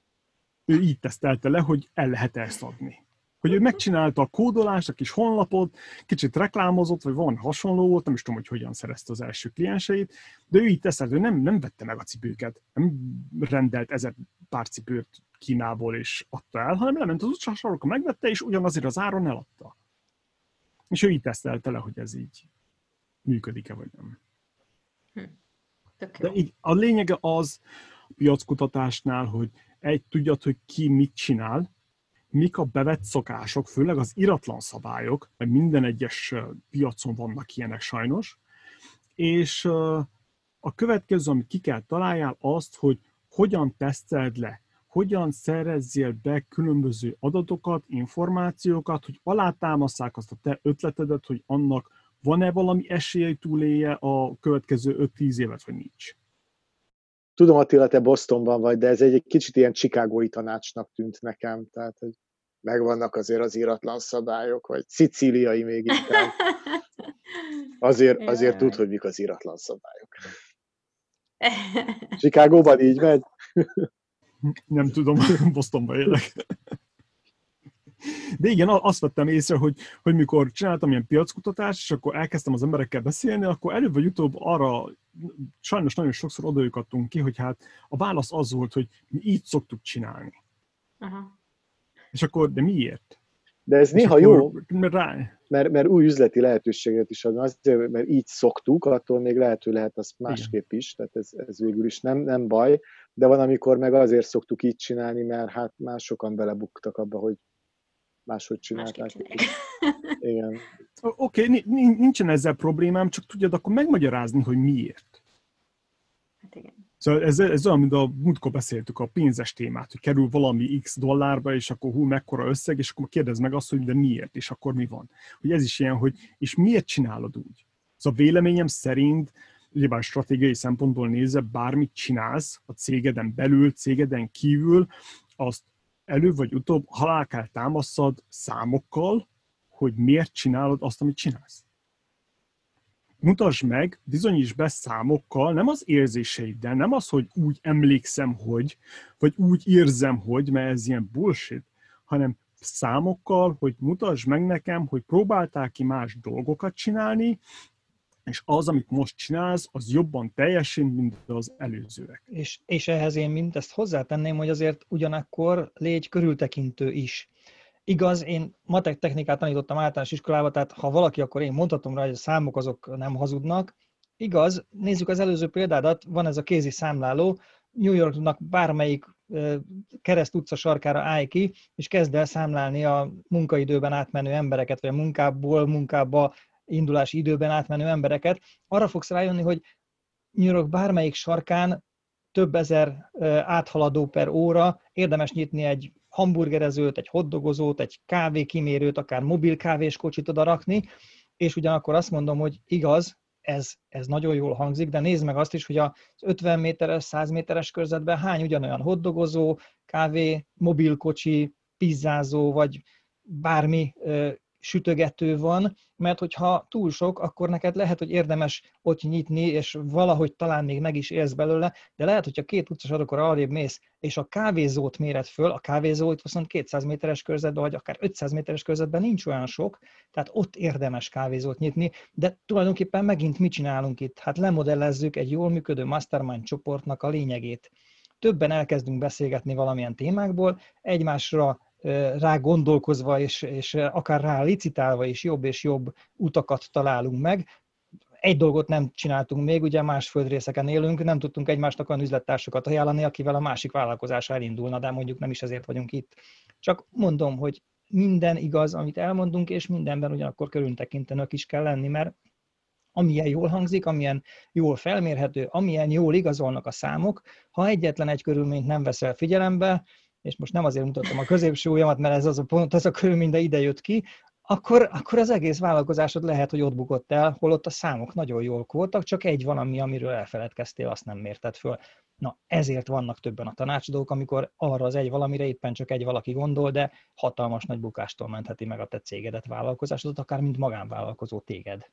Ő így tesztelte le, hogy el lehet ezt adni. Hogy ő megcsinálta a kódolást, a kis honlapot, kicsit reklámozott, vagy van hasonló volt, nem is tudom, hogy hogyan szerezte az első klienseit, de ő így tesztelte, ő nem, nem vette meg a cipőket, nem rendelt ezer pár cipőt Kínából és adta el, hanem lement az utcasarkra, megvette, és ugyanazért az áron eladta. És ő így tesztelte le, hogy ez így működik-e, vagy nem. Hm. De így, a lényege az a piackutatásnál, hogy egy, tudjad, hogy ki mit csinál, mik a bevett szokások, főleg az iratlan szabályok, mert minden egyes piacon vannak ilyenek sajnos, és a következő, amit ki kell találjál, azt, hogy hogyan teszteld le, hogyan szerezzél be különböző adatokat, információkat, hogy alátámasszák azt a te ötletedet, hogy annak van-e valami esélye, hogy túlélje a következő öt-tíz évet, vagy nincs? Tudom, Attila, te Bostonban vagy, de ez egy, egy kicsit ilyen chicagói tanácsnak tűnt nekem, tehát hogy megvannak azért az íratlan szabályok, vagy szicíliai még inkább. Azért, azért tud, hogy mik az íratlan szabályok. Chicagóban így megy? Nem tudom, Bostonban élek. De igen, azt vettem észre, hogy, hogy mikor csináltam ilyen piackutatást, és akkor elkezdtem az emberekkel beszélni, akkor előbb vagy utóbb arra, sajnos nagyon sokszor odajuk ki, hogy hát a válasz az volt, hogy mi így szoktuk csinálni. Aha. És akkor, de miért? De ez és néha akkor, jó, mert, rá... mert, mert új üzleti lehetőséget is ad. Azért, mert így szoktuk, attól még lehető lehet az másképp is, tehát ez, ez végül is nem, nem baj, de van, amikor meg azért szoktuk így csinálni, mert hát már sokan belebuktak abba, hogy máshogy csinálták. Másképp Igen. Oké, okay, nincsen ezzel problémám, csak tudjad akkor megmagyarázni, hogy miért. Hát igen. Szóval ez, ez olyan, mint a múltkor beszéltük a pénzes témát, hogy kerül valami x dollárba, és akkor hú, mekkora összeg, és akkor kérdezd meg azt, hogy de miért, és akkor mi van. Hogy ez is ilyen, hogy és miért csinálod úgy? Szóval véleményem szerint, ugyebár stratégiai szempontból nézve, bármit csinálsz a cégeden belül, cégeden kívül, azt előbb vagy utóbb alá kell támasztad számokkal, hogy miért csinálod azt, amit csinálsz. Mutasd meg, bizonyíts be számokkal, nem az érzéseiddel, nem az, hogy úgy emlékszem, hogy, vagy úgy érzem, hogy, mert ez ilyen bullshit, hanem számokkal, hogy mutasd meg nekem, hogy próbáltál ki más dolgokat csinálni, és az, amit most csinálsz, az jobban teljesít, mint az előzőek. És, és ehhez én mindezt hozzátenném, hogy azért ugyanakkor légy körültekintő is. Igaz, én matek technikát tanítottam általános iskolába, tehát ha valaki, akkor én mondhatom rá, hogy a számok azok nem hazudnak. Igaz, nézzük az előző példádat, van ez a kézi számláló, New Yorknak bármelyik kereszt utca sarkára állj ki, és kezd el számlálni a munkaidőben átmenő embereket, vagy a munkából munkába indulási időben átmenő embereket. Arra fogsz rájönni, hogy New York bármelyik sarkán több ezer áthaladó per óra, érdemes nyitni egy hamburgerezőt, egy hotdogozót, egy kávékimérőt, akár mobil kávéskocsit oda rakni, és ugyanakkor azt mondom, hogy igaz, ez, ez nagyon jól hangzik, de nézd meg azt is, hogy az ötven méteres, száz méteres körzetben hány ugyanolyan hotdogozó, kávé, mobilkocsi, pizzázó, vagy bármi sütögető van, mert hogyha túl sok, akkor neked lehet, hogy érdemes ott nyitni, és valahogy talán még meg is élsz belőle, de lehet, hogyha két utcasarokon arrébb mész, és a kávézót méred föl, a kávézó itt viszont kétszáz méteres körzetben, vagy akár ötszáz méteres körzetben nincs olyan sok, tehát ott érdemes kávézót nyitni, de tulajdonképpen megint mit csinálunk itt? Hát lemodellezzük egy jól működő mastermind csoportnak a lényegét. Többen elkezdünk beszélgetni valamilyen témákból, egymásra rá gondolkozva, és, és akár rá licitálva is jobb és jobb utakat találunk meg. Egy dolgot nem csináltunk még, ugye más földrészeken élünk, nem tudtunk egymásnak olyan üzlettársakat ajánlani, akivel a másik vállalkozása elindulna, de mondjuk nem is ezért vagyunk itt. Csak mondom, hogy minden igaz, amit elmondunk, és mindenben ugyanakkor körültekintenők is kell lenni, mert amilyen jól hangzik, amilyen jól felmérhető, amilyen jól igazolnak a számok, ha egyetlen egy körülményt nem veszel figyelembe, és most nem azért mutattam a középső ujjamat, mert ez az a pont, az a körülmény, de ide jött ki, akkor, akkor az egész vállalkozásod lehet, hogy ott bukott el, holott a számok nagyon jól voltak, csak egy valami, amiről elfeledkeztél, azt nem mérted föl. Na, ezért vannak többen a tanácsadók, amikor arra az egy valamire éppen csak egy valaki gondol, de hatalmas nagy bukástól mentheti meg a te cégedet, vállalkozásodat, akár mint magánvállalkozó téged.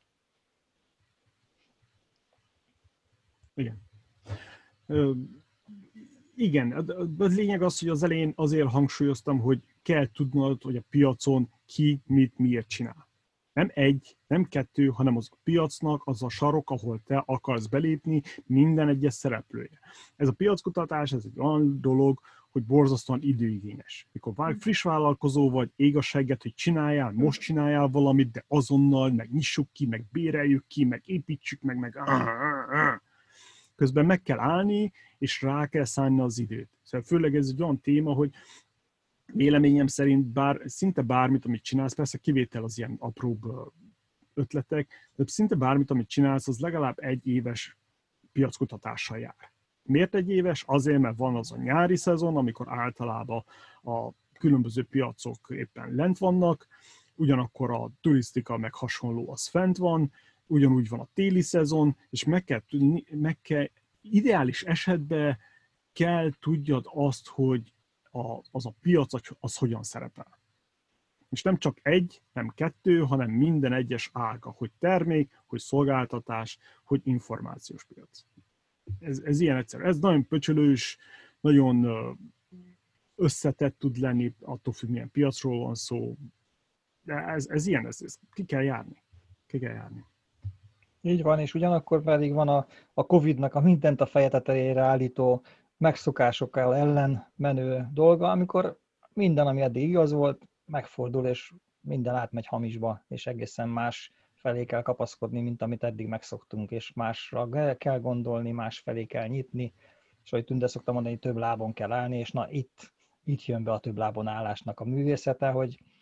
Igen. Ö, igen, a lényeg az, hogy az elején azért hangsúlyoztam, hogy kell tudnod, hogy a piacon ki mit miért csinál. Nem egy, nem kettő, hanem az a piacnak az a sarok, ahol te akarsz belépni, minden egyes szereplője. Ez a piackutatás, ez egy olyan dolog, hogy borzasztóan időigényes. Mikor friss vállalkozó vagy, ég a segget, hogy csináljál, most csináljál valamit, de azonnal, meg nyissuk ki, meg béreljük ki, meg építsük meg, meg... Közben meg kell állni, és rá kell szállni az időt. Szóval főleg ez egy olyan téma, hogy véleményem szerint bár, szinte bármit, amit csinálsz, persze kivétel az ilyen apróbb ötletek, de szinte bármit, amit csinálsz, az legalább egy éves piackutatással jár. Miért egy éves? Azért, mert van az a nyári szezon, amikor általában a különböző piacok éppen lent vannak, ugyanakkor a turisztika meg hasonló az fent van, ugyanúgy van a téli szezon, és meg kell tudni, meg kell, ideális esetben kell tudjad azt, hogy a, az a piac az hogyan szerepel. És nem csak egy, nem kettő, hanem minden egyes ága, hogy termék, hogy szolgáltatás, hogy információs piac. Ez, ez ilyen egyszerű. Ez nagyon pöcsölős, nagyon összetett tud lenni, attól függ, milyen piacról van szó. De ez, ez ilyen, ez, ez ki kell járni. Ki kell járni. Így van, és ugyanakkor pedig van a, a Covid-nak a mindent a feje tetejére állító megszokásokkal ellen menő dolga, amikor minden, ami eddig igaz volt, megfordul, és minden átmegy hamisba, és egészen más felé kell kapaszkodni, mint amit eddig megszoktunk, és másra kell gondolni, más felé kell nyitni, és ahogy Tünde szoktam mondani, több lábon kell állni, és na itt, itt jön be a több lábon állásnak a művészete, hogy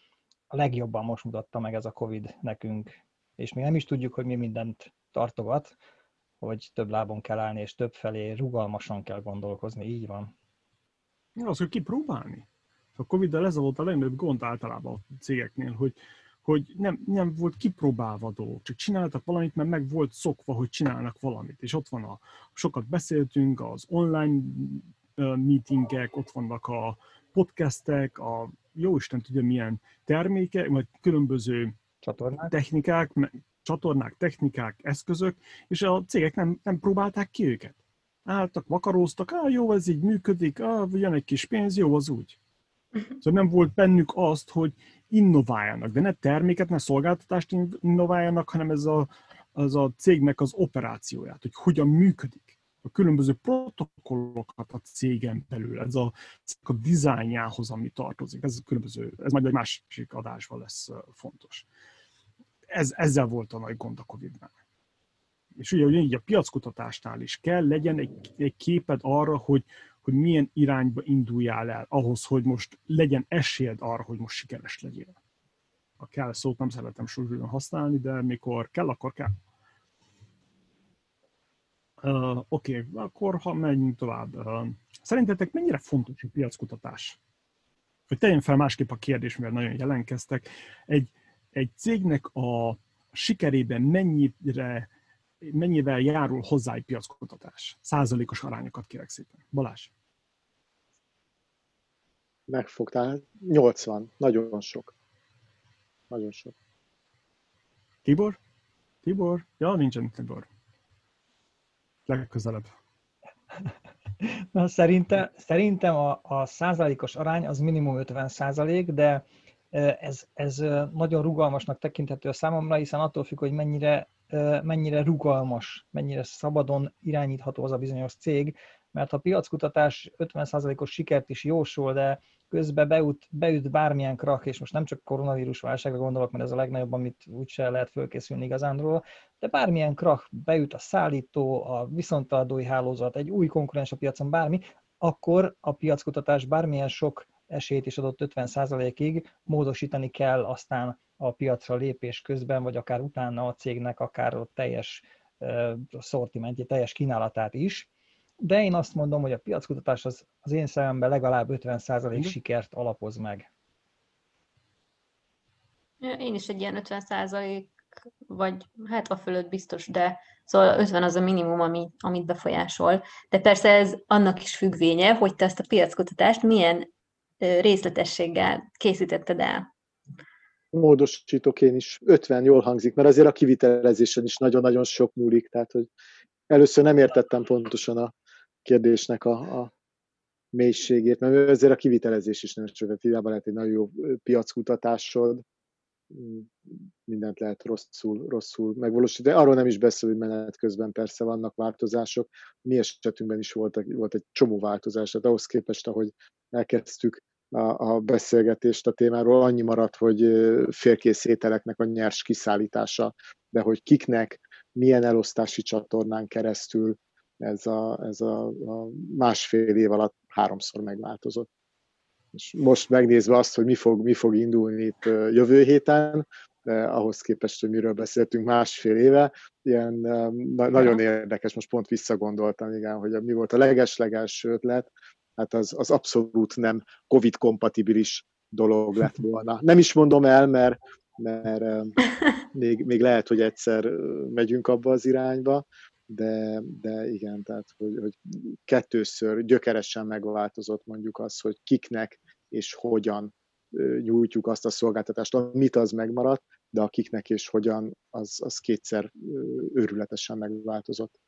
a legjobban most mutatta meg ez a Covid nekünk, és még nem is tudjuk, hogy mi mindent tartogat, hogy több lábon kell állni, és több felé rugalmasan kell gondolkozni, így van. Ja, az, hogy kipróbálni. A Covid-del ez volt a legnagyobb gond általában a cégeknél, hogy, hogy nem, nem volt kipróbálva a dolgok, csak csináltak valamit, mert meg volt szokva, hogy csinálnak valamit. És ott van a, sokat beszéltünk, az online meetingek, ott vannak a podcastek, a jóisten tudja milyen termékek, vagy különböző Csatornák. technikák, csatornák, technikák, eszközök, és a cégek nem, nem próbálták ki őket. Álltak, vakaróztak, ah, jó, ez így működik, ah, jön egy kis pénz, jó, az úgy. Szóval nem volt bennük azt, hogy innováljanak, de ne terméket, ne szolgáltatást innováljanak, hanem ez a, az a cégnek az operációját, hogy hogyan működik. A különböző protokollokat a cégen belül, ez a, a dizájnjához, ami tartozik. Ez, különböző, ez majd egy másik adásban lesz fontos. Ez, ezzel volt a nagy gond a Covid-nál. És ugye ugyanígy a piackutatásnál is kell legyen egy, egy képed arra, hogy, hogy milyen irányba induljál el, ahhoz, hogy most legyen esélyed arra, hogy most sikeres legyél. A kell szót nem szeretem súlyúan használni, de mikor kell, akkor kell. Uh, Oké, okay, akkor ha megyünk tovább. Uh, szerintetek mennyire fontos a piackutatás? Hogy tegyem fel másképp a kérdés, mert nagyon jelenkeztek. Egy, egy cégnek a sikerében mennyire, mennyivel járul hozzá egy piackutatás? Százalékos arányokat kérek szépen. Balázs? Megfogtál. nyolcvan. Nagyon sok. Nagyon sok. Tibor? Tibor? Ja, nincsen Tibor. Legközelebb. Na, szerintem, szerintem a, a százalékos arány az minimum ötven százalék, de ez, ez nagyon rugalmasnak tekinthető a számomra, hiszen attól függ, hogy mennyire, mennyire rugalmas, mennyire szabadon irányítható az a bizonyos cég, mert ha a piackutatás ötven százalékos sikert is jósol, de közben beüt, beüt bármilyen krak, és most nem csak koronavírus válságra gondolok, mert ez a legnagyobb, amit úgyse lehet fölkészülni igazán róla, de bármilyen krak, beüt a szállító, a viszonteladói hálózat, egy új konkurens a piacon, bármi, akkor a piackutatás bármilyen sok esélyt is adott ötven százalékig módosítani kell aztán a piacra lépés közben, vagy akár utána a cégnek akár a teljes szortimentje, teljes kínálatát is. De én azt mondom, hogy a piackutatás az, az én szememben legalább ötven százalék sikert alapoz meg. Én is egy ilyen ötven százalék, vagy hát a fölött biztos, de szóval ötven az a minimum, ami, amit befolyásol. De persze ez annak is függvénye, hogy te ezt a piackutatást milyen részletességgel készítetted el. Módosítok én is. ötven jól hangzik, mert azért a kivitelezésen is nagyon-nagyon sok múlik. Tehát, hogy először nem értettem pontosan a kérdésnek a, a mélységét, mert azért a kivitelezés is nem sokat, hiába lehet egy nagyon jó piackutatásod, mindent lehet rosszul, rosszul megvalósítani. De arról nem is beszél, hogy menet közben persze vannak változások. Mi esetünkben is volt, volt egy csomó változás, tehát ahhoz képest, ahogy elkezdtük a, a beszélgetést a témáról, annyi maradt, hogy félkész ételeknek a nyers kiszállítása, de hogy kiknek, milyen elosztási csatornán keresztül ez a, ez a, a másfél év alatt háromszor megváltozott. És most megnézve azt, hogy mi fog, mi fog indulni itt jövő héten, de ahhoz képest, hogy miről beszéltünk másfél éve, ilyen na, nagyon érdekes, most pont visszagondoltam, igen, hogy mi volt a leges-legelső ötlet, hát az, az abszolút nem Covid-kompatibilis dolog lett volna. Nem is mondom el, mert, mert még, még lehet, hogy egyszer megyünk abba az irányba, de, de igen, tehát hogy, hogy kettőször gyökeresen megváltozott mondjuk az, hogy kiknek és hogyan nyújtjuk azt a szolgáltatást, amit az megmaradt, de a kiknek és hogyan, az, az kétszer őrületesen megváltozott.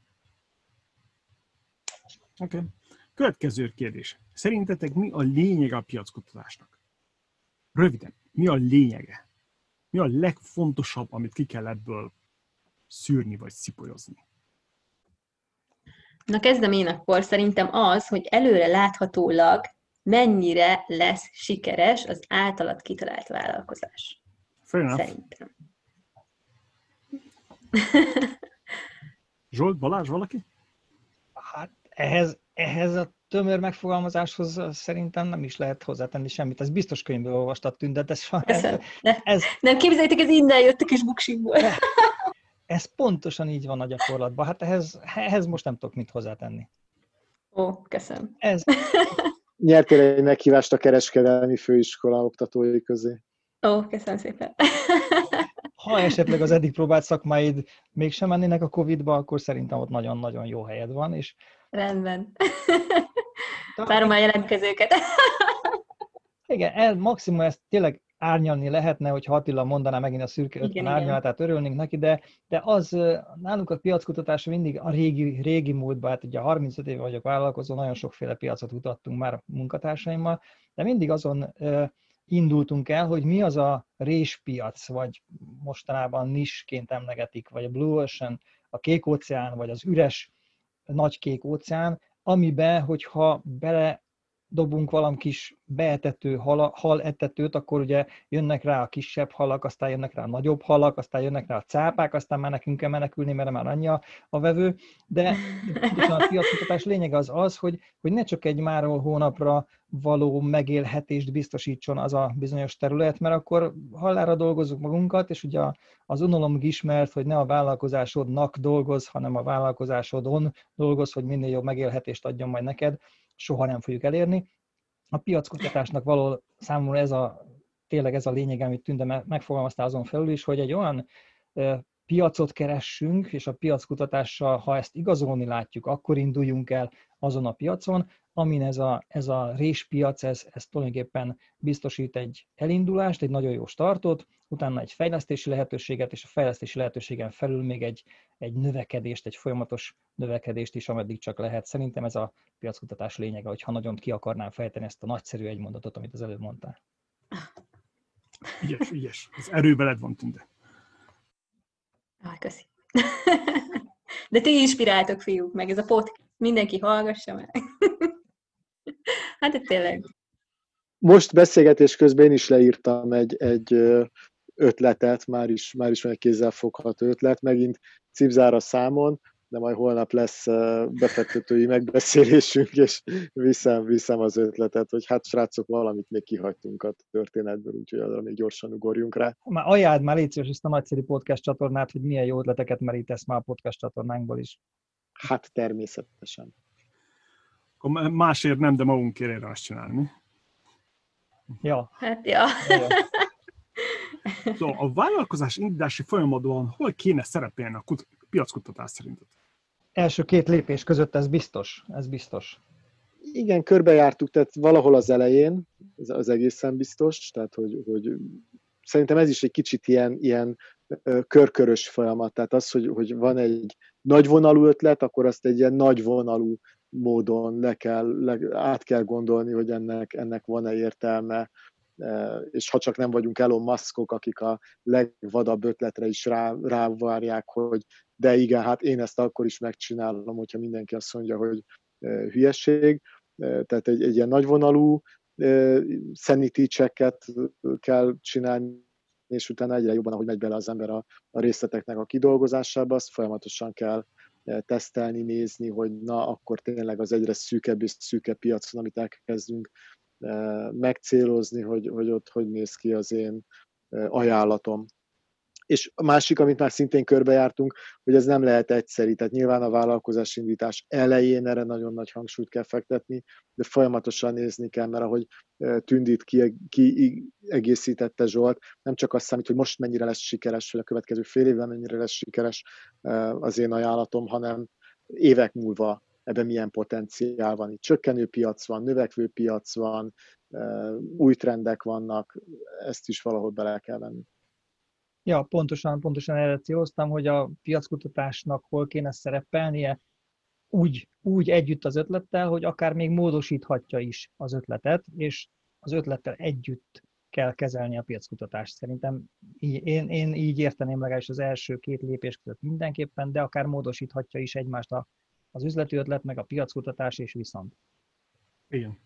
Oké. Okay. Következő kérdés. Szerintetek mi a lényege a piackutatásnak? Röviden, mi a lényege? Mi a legfontosabb, amit ki kell ebből szűrni vagy szipolyozni? Na kezdem én akkor. Szerintem az, hogy előre láthatólag mennyire lesz sikeres az általad kitalált vállalkozás. Fair enough. Szerintem. Zsolt, Balázs, valaki? Hát ehhez, ehhez a tömör megfogalmazáshoz szerintem nem is lehet hozzátenni semmit. Ez biztos könyvből olvastad, Tünde, de ez, Köszönöm. ez, ez, Nem képzeljétek, ez innen jött a kis buksikból. ez pontosan így van a gyakorlatban. Hát ehhez, ehhez most nem tudok mit hozzátenni. Ó, köszönöm. Ez. Nyertél egy meghívást a kereskedelmi főiskola oktatói közé. Ó, köszönöm szépen. Ha esetleg az eddig próbált szakmáid mégsem mennének a Covid-ba, akkor szerintem ott nagyon-nagyon jó helyed van. És... Rendben. Várom a jelentkezőket. Igen, el, maximum ezt tényleg árnyalni lehetne, hogyha Attila mondaná megint a szürke ötven árnyalatát, örülnénk neki, de, de az nálunk a piackutatása mindig a régi, régi múltban, hát ugye harmincöt éve vagyok vállalkozó, nagyon sokféle piacot kutattunk már munkatársaimmal, de mindig azon uh, indultunk el, hogy mi az a réspiac, vagy mostanában nisként emlegetik, vagy a Blue Ocean, a kék óceán, vagy az üres nagy kék óceán, amiben, hogyha bele dobunk valami kis beetető hal, haletetőt, akkor ugye jönnek rá a kisebb halak, aztán jönnek rá a nagyobb halak, aztán jönnek rá a cápák, aztán már nekünk kell menekülni, mert már annyi a, a vevő. De pontosan a piackutatás lényege az az, hogy, hogy ne csak egy máról hónapra való megélhetést biztosítson az a bizonyos terület, mert akkor hallára dolgozzuk magunkat, és ugye az unalom ismert, hogy ne a vállalkozásodnak dolgoz, hanem a vállalkozásodon dolgoz, hogy minél jobb megélhetést adjon majd neked, soha nem fogjuk elérni. A piackutatásnak való számomra ez a, tényleg ez a lényeg, amit Tünde megfogalmaztál azon felül is, hogy egy olyan piacot keressünk, és a piackutatással, ha ezt igazolni látjuk, akkor induljunk el azon a piacon, amin ez a, ez a réspiac, ez, ez tulajdonképpen biztosít egy elindulást, egy nagyon jó startot, utána egy fejlesztési lehetőséget, és a fejlesztési lehetőségen felül még egy, egy növekedést, egy folyamatos növekedést is, ameddig csak lehet. Szerintem ez a piackutatás lényege, hogyha nagyon ki akarnám fejteni ezt a nagyszerű egymondatot, amit az előbb mondtál. Ügyes, ügyes. Az erő veled van, Tünde. Ah, köszi. De ti inspiráltok, fiúk, meg ez a podcast. Mindenki hallgassa meg. Hát de tényleg. Most beszélgetés közben én is leírtam egy, egy ötletet, már is, már is van egy kézzelfogható ötlet, megint cipzára számon, de majd holnap lesz befektetői megbeszélésünk, és viszem, viszem az ötletet, hogy hát srácok, valamit még kihagytunk a történetből, úgyhogy arra még gyorsan ugorjunk rá. Már ajánld már, légy szíves, ezt a nagyszerű podcast csatornát, hogy milyen jó ötleteket merítesz már a podcast csatornánkból is. Hát természetesen. Akkor másért nem, de magunkért érre azt csinálni. Ja. Hát, ja. ja. Szóval a vállalkozás indítási folyamatban hol kéne szerepelni a kut- piackutatás szerinted? Első két lépés között ez biztos, ez biztos. Igen, körbejártuk, tehát valahol az elején, ez az egészen biztos, tehát hogy, hogy szerintem ez is egy kicsit ilyen, ilyen körkörös folyamat, tehát az, hogy, hogy van egy nagyvonalú ötlet, akkor azt egy ilyen nagyvonalú módon le kell, le, át kell gondolni, hogy ennek, ennek van-e értelme, és ha csak nem vagyunk Elon Muskok, akik a legvadabb ötletre is rá, rávárják, hogy de igen, hát én ezt akkor is megcsinálom, hogyha mindenki azt mondja, hogy hülyeség. Tehát egy, egy ilyen nagyvonalú sanity checket kell csinálni, és utána egyre jobban, ahogy megy bele az ember a, a részleteknek a kidolgozásába, azt folyamatosan kell tesztelni, nézni, hogy na, akkor tényleg az egyre szűkebb és szűkebb piacon, amit elkezdünk megcélozni, hogy, hogy ott hogy néz ki az én ajánlatom. És a másik, amit már szintén körbejártunk, hogy ez nem lehet egyszerű. Tehát nyilván a vállalkozásindítás elején erre nagyon nagy hangsúlyt kell fektetni, de folyamatosan nézni kell, mert ahogy Tündit kiegészítette Zsolt, nem csak azt számít, hogy most mennyire lesz sikeres, vagy a következő fél évben mennyire lesz sikeres az én ajánlatom, hanem évek múlva ebben milyen potenciál van. Itt csökkenő piac van, növekvő piac van, új trendek vannak, ezt is valahol bele kell venni. Ja, pontosan, pontosan erre céloztam, hogy a piackutatásnak hol kéne szerepelnie, úgy, úgy együtt az ötlettel, hogy akár még módosíthatja is az ötletet, és az ötlettel együtt kell kezelni a piackutatást. Szerintem én, én így érteném legalábbis az első két lépés között mindenképpen, de akár módosíthatja is egymást a, az üzleti ötlet, meg a piackutatás, és viszont. Igen.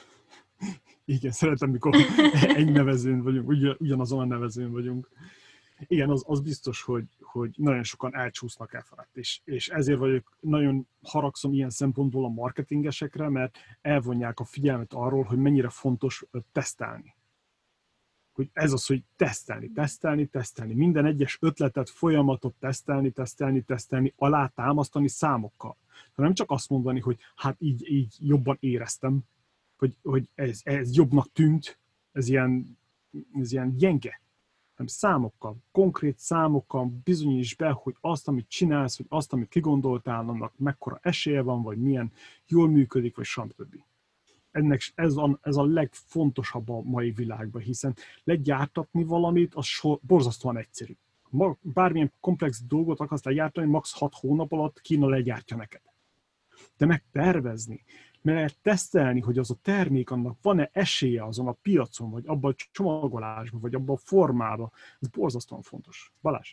Igen, szeretem, mikor egy nevezőn vagyunk, ugyanazon a nevezőn vagyunk. Igen, az, az biztos, hogy, hogy nagyon sokan elcsúsznak e felett, és, és ezért vagyok, nagyon haragszom ilyen szempontból a marketingesekre, mert elvonják a figyelmet arról, hogy mennyire fontos tesztelni. Hogy ez az, hogy tesztelni, tesztelni, tesztelni. Minden egyes ötletet, folyamatot tesztelni, tesztelni, tesztelni, alátámasztani számokkal. De nem csak azt mondani, hogy hát így, így jobban éreztem, hogy, hogy ez, ez jobbnak tűnt, ez ilyen, ez ilyen gyenge. Nem számokkal, konkrét számokkal bizonyíts be, hogy azt, amit csinálsz, vagy azt, amit kigondoltál, annak mekkora esélye van, vagy milyen jól működik, vagy stb. Ennek ez a, ez a legfontosabb a mai világban, hiszen legyártatni valamit, az so, borzasztóan egyszerű. Bármilyen komplex dolgot akarsz legyártani, max. hat hónap alatt Kína legyártja neked. De megtervezni, mert tesztelni, hogy az a termék, annak van-e esélye azon a piacon, vagy abban a csomagolásban, vagy abban a formában, ez borzasztóan fontos. Balázs?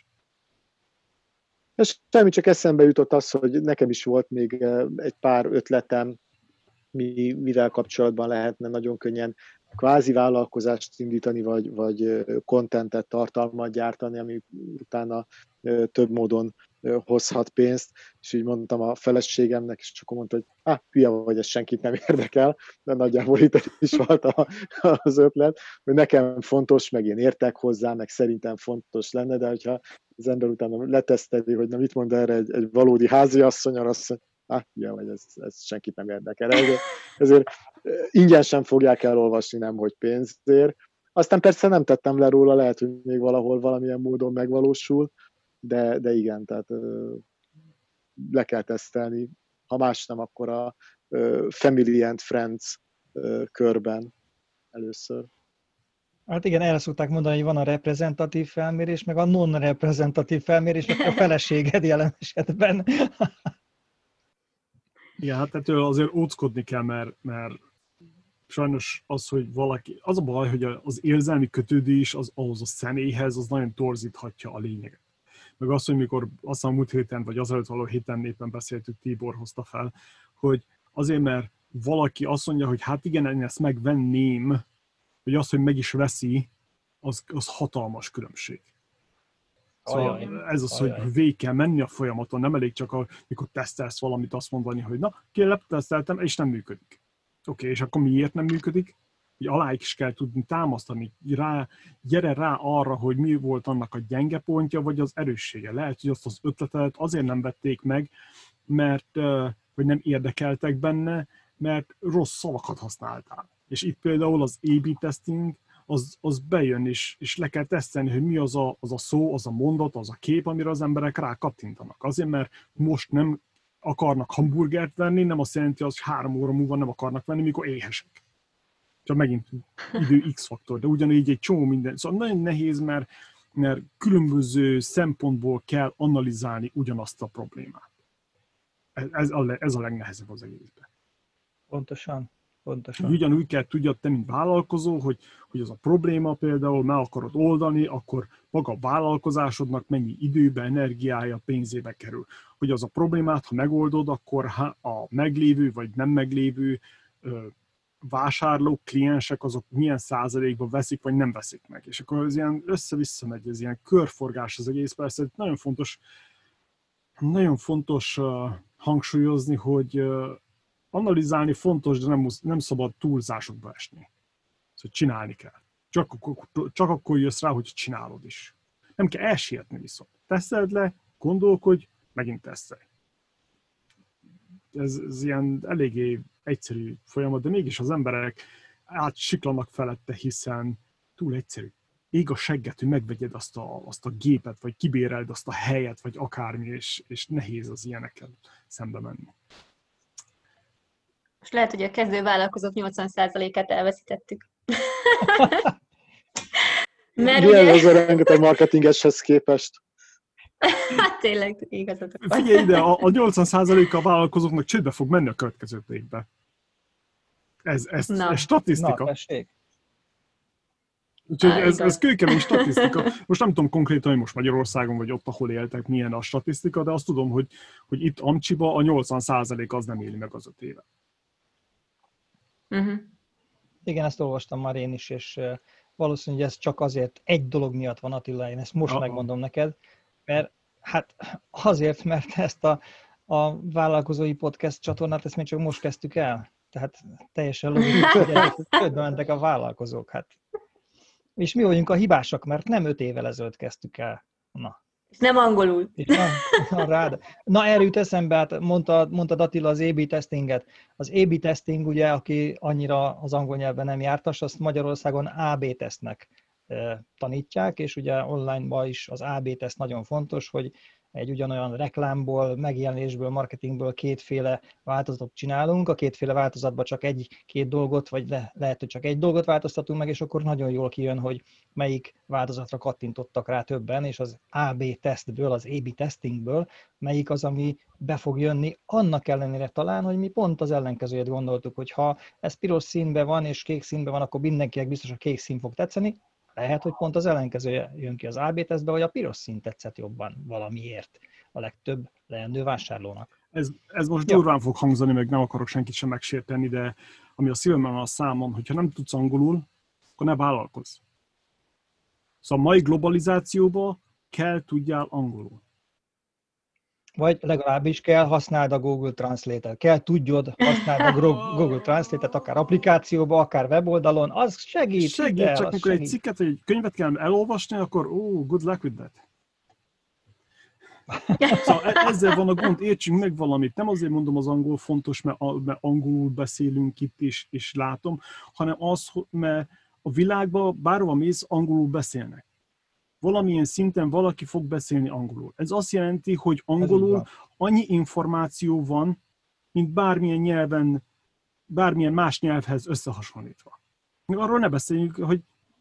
És semmi, csak eszembe jutott az, hogy nekem is volt még egy pár ötletem, mi, mivel kapcsolatban lehetne nagyon könnyen kvázi vállalkozást indítani, vagy, vagy contentet, tartalmat gyártani, ami utána több módon hozhat pénzt, és így mondtam a feleségemnek, és csak mondta, hogy ah, hülye vagy, ez senkit nem érdekel, de nagyjából itt is volt a, az ötlet, hogy nekem fontos, meg én értek hozzá, meg szerintem fontos lenne, de hogyha az ember utána leteszteli, hogy na mit mond erre egy, egy valódi háziasszony, arra azt mondja, ah, hülye vagy, ez, ez senkit nem érdekel. Ezért, ezért ingyen sem fogják elolvasni, nem hogy pénzért. Aztán persze nem tettem le róla, lehet, hogy még valahol valamilyen módon megvalósul, de, de igen, tehát ö, le kell tesztelni, ha más nem, akkor a ö, Family and Friends ö, körben először. Hát igen, erre szokták mondani, hogy van a reprezentatív felmérés, meg a non-reprezentatív felmérés, meg a feleséged jelen esetben. Igen, hát ettől azért óckodni kell, mert, mert sajnos az, hogy valaki, az a baj, hogy az érzelmi kötődés az, ahhoz a személyhez, az nagyon torzíthatja a lényeget. Meg az, hogy mikor azt a múlt héten, vagy azelőtt való héten éppen beszéltük, Tibor hozta fel, hogy azért, mert valaki azt mondja, hogy hát igen, én ezt megvenném, hogy az, hogy meg is veszi, az, az hatalmas különbség. Szóval ajaj, ez az, ajaj. Hogy végig kell menni a folyamaton, nem elég csak, amikor tesztelsz valamit, azt mondani, hogy na, leteszteltem, és nem működik. Oké, okay, és akkor miért nem működik? Hogy alá is kell tudni támasztani, rá, gyere rá arra, hogy mi volt annak a gyenge pontja, vagy az erőssége. Lehet, hogy azt az ötletet azért nem vették meg, mert vagy nem érdekeltek benne, mert rossz szavakat használtál. És itt például az á bé testing, az, az bejön, és, és le kell tesztelni, hogy mi az a, az a szó, az a mondat, az a kép, amire az emberek rá kattintanak. Azért, mert most nem akarnak hamburgert venni, nem azt jelenti, hogy három óra múlva nem akarnak venni, mikor éhesek. Csak megint idő X-faktor, de ugyanígy egy csomó minden. Szóval nagyon nehéz, mert, mert különböző szempontból kell analizálni ugyanazt a problémát. Ez, ez, a, ez a legnehezebb az egészben. Pontosan. Pontosan. Ugyanúgy kell tudjad te, mint vállalkozó, hogy, hogy az a probléma például meg akarod oldani, akkor maga a vállalkozásodnak mennyi időbe, energiája, pénzébe kerül. Hogy az a problémát, ha megoldod, akkor a meglévő vagy nem meglévő ö, vásárlók, kliensek, azok milyen százalékban veszik, vagy nem veszik meg. És akkor ez ilyen össze-vissza megy, ez ilyen körforgás az egész. Persze nagyon fontos, nagyon fontos uh, hangsúlyozni, hogy uh, analizálni fontos, de nem, nem szabad túlzásokba esni. Szóval csinálni kell. Csak akkor, csak akkor jössz rá, hogy csinálod is. Nem kell elsietni viszont. Teszed le, gondolkodj, megint teszed. Ez, ez ilyen eléggé egyszerű folyamat, de mégis az emberek átsiklanak felette, hiszen túl egyszerű. Ég a segget, hogy megvegyed azt a, azt a gépet, vagy kibéreld azt a helyet, vagy akármi, és, és nehéz az ilyenekkel szembe menni. Most lehet, hogy a kezdő vállalkozók nyolcvan százalékát elveszítettük. Mert milyen ugye... az a rengeteg marketingeshez képest? Hát tényleg, igazatok van. Figyelj ide, a, a nyolcvan százaléka a vállalkozóknak csődbe fog menni a következő évben. Ez, ez, ez statisztika. Na, Úgyhogy ez, ez kőkemény statisztika. Most nem tudom konkrétan, hogy most Magyarországon, vagy ott, ahol éltek, milyen a statisztika, de azt tudom, hogy, hogy itt Amcsiba a nyolcvan százalék az nem éli meg az öt éve. Uh-huh. Igen, ezt olvastam már én is, és valószínűleg ez csak azért egy dolog miatt van, Attila, én ezt most Uh-oh. megmondom neked, mert hát azért, mert ezt a, a vállalkozói podcast csatornát, ezt még csak most kezdtük el. Tehát teljesen logikus, hogy csődbe mentek a vállalkozók. Hát. És mi vagyunk a hibásak, mert nem öt évvel ezelőtt kezdtük el. Na. Nem angolul. Na, na, rád. Na erről jut eszembe, hát mondta, mondtad Attila az á bé testinget. Az á bé testing, ugye, aki annyira az angol nyelven nem jártas, azt Magyarországon á bé tesztnek e, tanítják, és ugye online-ban is az á bé teszt nagyon fontos, hogy egy ugyanolyan reklámból, megjelenésből, marketingből kétféle változatot csinálunk, a kétféle változatban csak egy-két dolgot, vagy le, lehet, hogy csak egy dolgot változtatunk meg, és akkor nagyon jól kijön, hogy melyik változatra kattintottak rá többen, és az á bé tesztből, az á bé testingből, melyik az, ami be fog jönni, annak ellenére talán, hogy mi pont az ellenkezőjét gondoltuk, hogy ha ez piros színben van, és kék színben van, akkor mindenkinek biztos a kék szín fog tetszeni. Lehet, hogy pont az ellenkezője jön ki az á bé tesztbe, vagy a piros szín tetszett jobban valamiért a legtöbb leendő vásárlónak. Ez, ez most durván fog hangzani, meg nem akarok senkit sem megsérteni, de ami a szívemben van a számon, hogyha nem tudsz angolul, akkor ne vállalkozz. Szóval a mai globalizációban kell tudjál angolul. Vagy legalábbis kell használd a Google Translate-et. Kell tudjod használni a Google Translate-et, akár applikációba, akár weboldalon, az segít. Segít, el, csak az amikor segít. egy cikket, vagy egy könyvet kell elolvasni, akkor oh, good luck with that. Szóval ezzel van a gond, értsünk meg valamit. Nem azért mondom az angol fontos, mert, mert angolul beszélünk itt, és, és látom, hanem az, mert a világban bárhova mész, angolul beszélnek. Valamilyen szinten valaki fog beszélni angolul. Ez azt jelenti, hogy angolul annyi információ van, mint bármilyen nyelven, bármilyen más nyelvhez összehasonlítva. Arról ne beszéljünk, hogy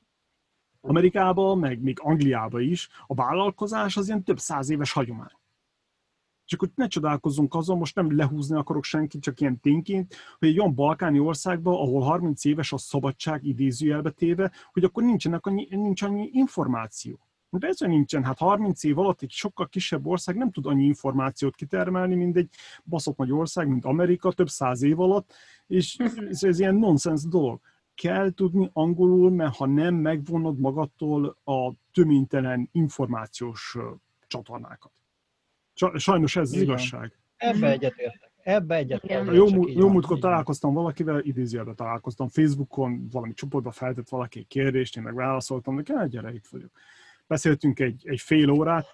Amerikában, meg még Angliában is a vállalkozás az ilyen több száz éves hagyomány. És akkor ne csodálkozzunk azon, most nem lehúzni akarok senkit, csak ilyen tényként, hogy egy olyan balkáni országban, ahol harminc éves a szabadság idézőjelbe téve, hogy akkor nincsenek annyi, nincs annyi információ. De ez nincsen, hát harminc év alatt egy sokkal kisebb ország nem tud annyi információt kitermelni, mint egy baszott nagy ország, mint Amerika, több száz év alatt, és ez, ez ilyen nonsens dolog. Kell tudni angolul, mert ha nem, megvonod magadtól a töménytelen információs csatornákat. Sajnos ez az Igen. igazság. Ebbe egyetértek. Ebbe egyetértek. Jó, jó múltkor találkoztam valakivel, idézőjelben találkoztam Facebookon, valami csoportba feltett valaki egy kérdést, én meg válaszoltam, de kell, gyere, itt vagyok. Beszéltünk egy, egy fél órát,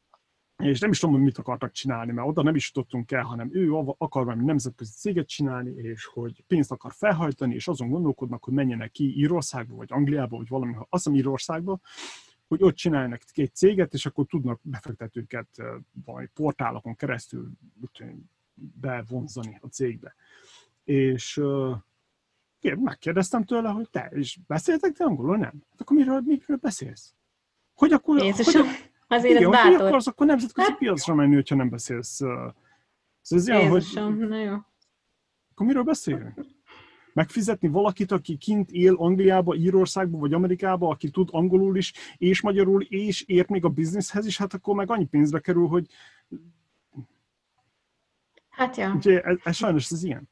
és nem is tudom, hogy mit akartak csinálni, mert oda nem is jutottunk el, hanem ő akar valami nemzetközi céget csinálni, és hogy pénzt akar felhajtani, és azon gondolkodnak, hogy menjenek ki Írországba, vagy Angliába, vagy valami, azt hiszem Írországba, hogy ott csinálnak egy céget, és akkor tudnak befektetőket valami portálokon keresztül bevonzani a cégbe. És megkérdeztem tőle, hogy te, és beszéltek te angolul? Nem. Hát akkor miről, miről beszélsz? Hogy akkor... Jézusom, hogy, azért igen, ez hogy bátor. akarsz akkor nemzetközi piacra menni, hogyha nem beszélsz. Szóval ez ilyen, Jézusom, hogy... na jó. Akkor miről beszélünk? Megfizetni valakit, aki kint él Angliába, Írországba vagy Amerikába, aki tud angolul is, és magyarul, és ért még a bizniszhez is, hát akkor meg annyi pénzbe kerül, hogy... Hát ja. Ugye, ez, ez sajnos ez ilyen.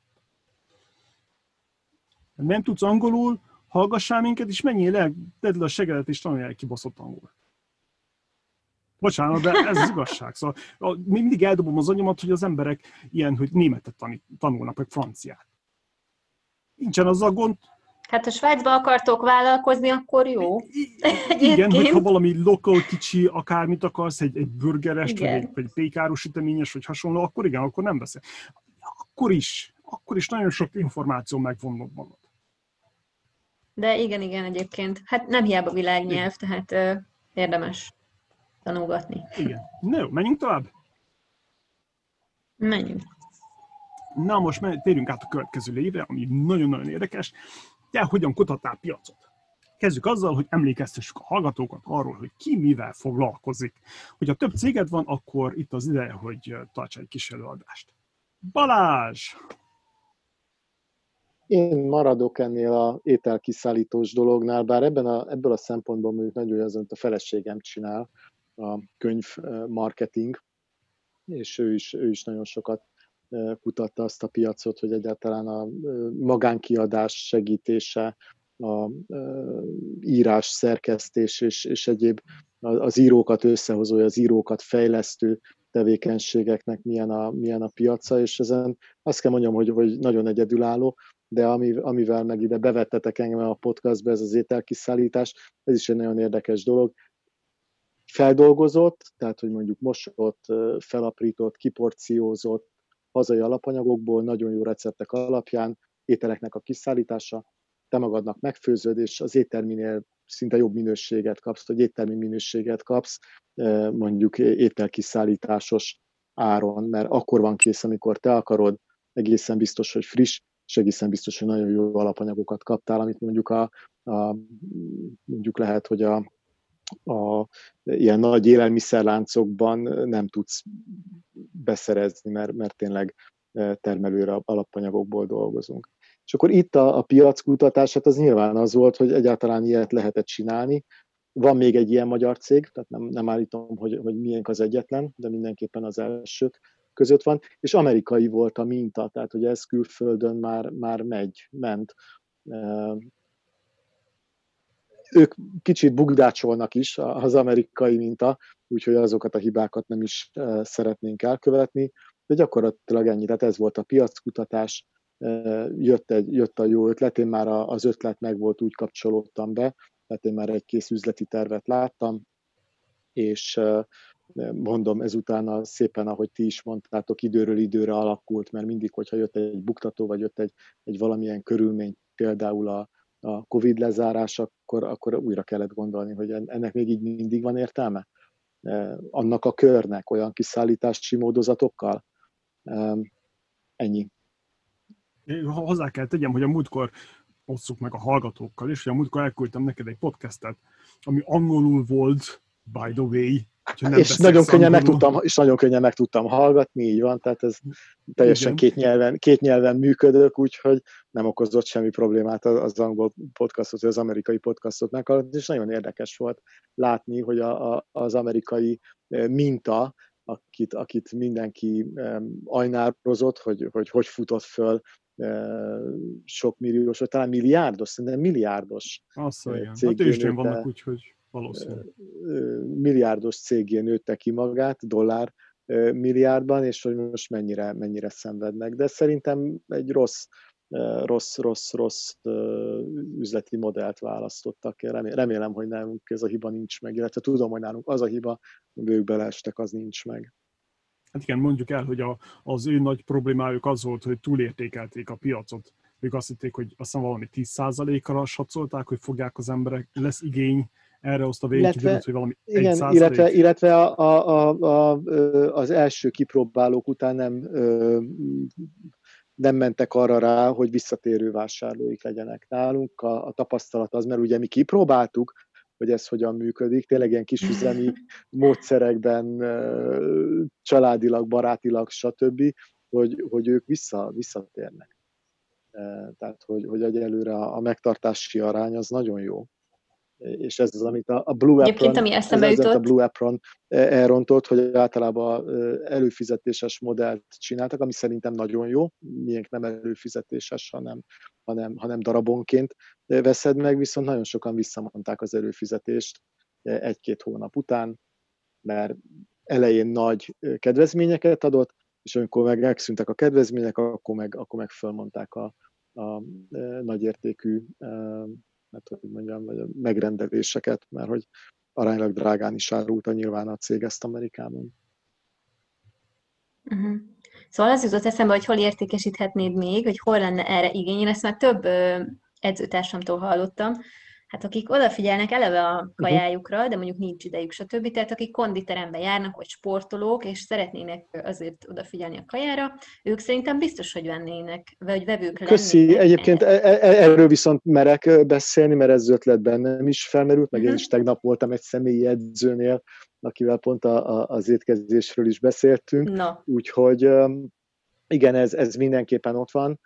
Nem tudsz angolul, hallgassál minket, és menjél le, tedd le a segedet, és tanuljál egy kibaszott angol. Bocsánat, de ez az igazság. Szóval mindig eldobom az agyamat, hogy az emberek ilyen, hogy németet tanulnak, meg franciát. Nincsen az a gond. Hát ha Svájcba akartok vállalkozni, akkor jó. Igen, hogyha valami lokal kicsi, akármit akarsz, egy, egy burgerest, Igen. vagy egy, egy pékáros süteményes, vagy hasonló, akkor igen, akkor nem beszél. Akkor is, akkor is nagyon sok információ megvonod magad. De igen, igen, egyébként. Hát nem hiába világnyelv, tehát ö, érdemes tanulgatni. Igen. Na jó, menjünk tovább? Menjünk. Na most térjünk át a következő lévre, ami nagyon-nagyon érdekes. Te hogyan kutattál piacot? Kezdjük azzal, hogy emlékeztessük a hallgatókat arról, hogy ki mivel foglalkozik. Hogyha több céged van, akkor itt az ideje, hogy tarts egy kis előadást. Balázs! Én maradok ennél a ételkiszállítós dolognál, bár ebben a, ebből a szempontból mondjuk nagyon az, amit a feleségem csinál, a könyvmarketing, és ő is, ő is nagyon sokat kutatta azt a piacot, hogy egyáltalán a magánkiadás segítése, a írás, szerkesztés és, és egyéb az írókat összehozó, az írókat fejlesztő tevékenységeknek milyen a, milyen a piaca, és ezen azt kell mondjam, hogy, hogy nagyon egyedülálló, de ami, amivel meg ide bevettetek engem a podcastbe, ez az ételkiszállítás, ez is egy nagyon érdekes dolog. Feldolgozott, tehát hogy mondjuk mosott, felaprított, kiporciózott hazai alapanyagokból, nagyon jó receptek alapján ételeknek a kiszállítása, te magadnak megfőzöd, és az étterminél szinte jobb minőséget kapsz, vagy éttermi minőséget kapsz, mondjuk ételkiszállításos áron, mert akkor van kész, amikor te akarod, egészen biztos, hogy friss, és egészen biztos, hogy nagyon jó alapanyagokat kaptál, amit mondjuk a, a mondjuk lehet, hogy a a ilyen nagy élelmiszerláncokban nem tudsz beszerezni, mert, mert tényleg termelőre alapanyagokból dolgozunk. És akkor itt a, a piackutatás, hát az nyilván az volt, hogy egyáltalán ilyet lehetett csinálni. Van még egy ilyen magyar cég, tehát nem, nem állítom, hogy, hogy miénk az egyetlen, de mindenképpen az elsők között van, és amerikai volt a minta, tehát hogy ez külföldön már, már megy, ment. Ők kicsit bugdácsolnak is, az amerikai minta, úgyhogy azokat a hibákat nem is szeretnénk elkövetni, de gyakorlatilag ennyi. Tehát ez volt a piackutatás, jött, egy, jött a jó ötlet, én már az ötlet megvolt, úgy kapcsolódtam be, tehát én már egy kész üzleti tervet láttam, és mondom, ezután szépen, ahogy ti is mondtátok, időről időre alakult, mert mindig, hogyha jött egy buktató, vagy jött egy, egy valamilyen körülmény, például a a Covid lezárás, akkor, akkor újra kellett gondolni, hogy ennek még így mindig van értelme? Annak a körnek, olyan kiszállítási módozatokkal? Ennyi. Hozzá kell tegyem, hogy a múltkor osszuk meg a hallgatókkal is, hogy a múltkor elküldtem neked egy podcastet, ami angolul volt, by the way. És nagyon, könnyen meg tudtam, és nagyon könnyen meg tudtam hallgatni, így van, tehát ez teljesen két nyelven, két nyelven működök, úgyhogy nem okozott semmi problémát az angol podcastot, vagy az amerikai podcastot meghallgatni, és nagyon érdekes volt látni, hogy a, a, az amerikai minta, akit, akit mindenki ajnározott, hogy, hogy hogy futott föl sok milliós, vagy talán milliárdos, szerintem milliárdos cégé hát nőtte, vannak, úgyhogy valószínű. Milliárdos cégé nőtte ki magát, dollár milliárdban, és hogy most mennyire, mennyire szenvednek. De szerintem egy rossz, rossz, rossz, rossz üzleti modellt választottak. Remélem, hogy nálunk ez a hiba nincs meg, illetve tudom, hogy nálunk az a hiba, hogy ők beleestek, az nincs meg. Hát igen, mondjuk el, hogy a, az ő nagy problémájuk az volt, hogy túlértékelték a piacot. Ők azt hitték, hogy azt hiszem valami tíz százalékkal satszolták, hogy fogják az emberek, lesz igény erre, azt a végigkiderült, hogy valami igen, egy százalék. Illetve, illetve a, a, a, a, az első kipróbálók után nem, nem mentek arra rá, hogy visszatérő vásárlóik legyenek nálunk. A, a tapasztalat az, mert ugye mi kipróbáltuk, hogy ez hogyan működik, tényleg ilyen kisüzemi módszerekben, családilag, barátilag, stb., hogy, hogy ők vissza, visszatérnek. Tehát, hogy, hogy egyelőre a megtartási arány az nagyon jó. És ez az, amit a Blue Apron, ami eszembe ez jutott. a Blue Apron elrontott, hogy általában előfizetéses modellt csináltak, ami szerintem nagyon jó. Miénk nem előfizetéses, hanem, hanem, hanem darabonként veszed meg, viszont nagyon sokan visszamondták az előfizetést egy-két hónap után, mert elején nagy kedvezményeket adott, és amikor meg megszűntek a kedvezmények, akkor meg, akkor meg fölmondták a, a nagyértékű hát, hogy mondjam, vagy a megrendeléseket, mert hogy aránylag drágán is árulta nyilván a cég ezt Amerikában. Uh-huh. Szóval az jutott eszembe, hogy hol értékesíthetnéd még, hogy hol lenne erre igény. Én ezt már több ö, edzőtársamtól hallottam, hát akik odafigyelnek eleve a kajájukra, de mondjuk nincs idejük, stb. Tehát akik konditerembe járnak, vagy sportolók, és szeretnének azért odafigyelni a kajára, ők szerintem biztos, hogy vennének, vagy vevők lennének. Köszi, egyébként erről viszont merek beszélni, mert ez ötlet bennem is felmerült, meg uh-huh. én is tegnap voltam egy személyi edzőnél, akivel pont a, a, az étkezésről is beszéltünk, no. úgyhogy igen, ez, ez mindenképpen ott van.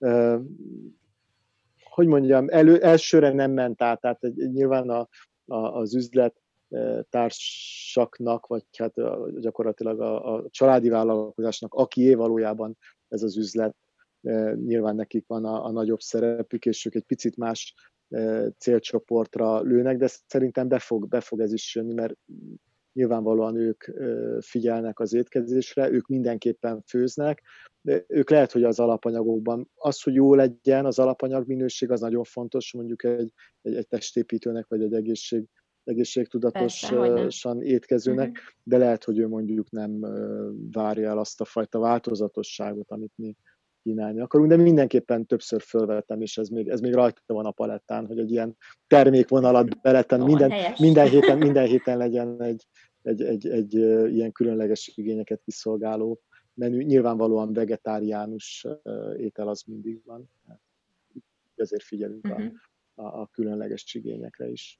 Hogy mondjam, elő, elsőre nem ment át, tehát egy, nyilván a, a, az üzlettársaknak, vagy hát gyakorlatilag a, a családi vállalkozásnak, akié valójában ez az üzlet, nyilván nekik van a, a nagyobb szerepük, és ők egy picit más célcsoportra lőnek, de szerintem be fog, be fog ez is jönni, mert nyilvánvalóan ők figyelnek az étkezésre, ők mindenképpen főznek, de ők lehet, hogy az alapanyagokban, az, hogy jó legyen az alapanyag minőség, az nagyon fontos, mondjuk egy, egy, egy testépítőnek, vagy egy egészség, egészségtudatosan étkezőnek, uh-huh. de lehet, hogy ő mondjuk nem várja el azt a fajta változatosságot, amit mi kínálni akarunk, de mindenképpen többször fölvettem, és ez még, ez még rajta van a palettán, hogy egy ilyen termékvonalat beletenni, minden, minden, héten, minden héten legyen egy, egy, egy, egy, egy ilyen különleges igényeket kiszolgáló menü. Nyilvánvalóan vegetáriánus étel az mindig van. Ezért figyelünk uh-huh. a, a, a különleges igényekre is.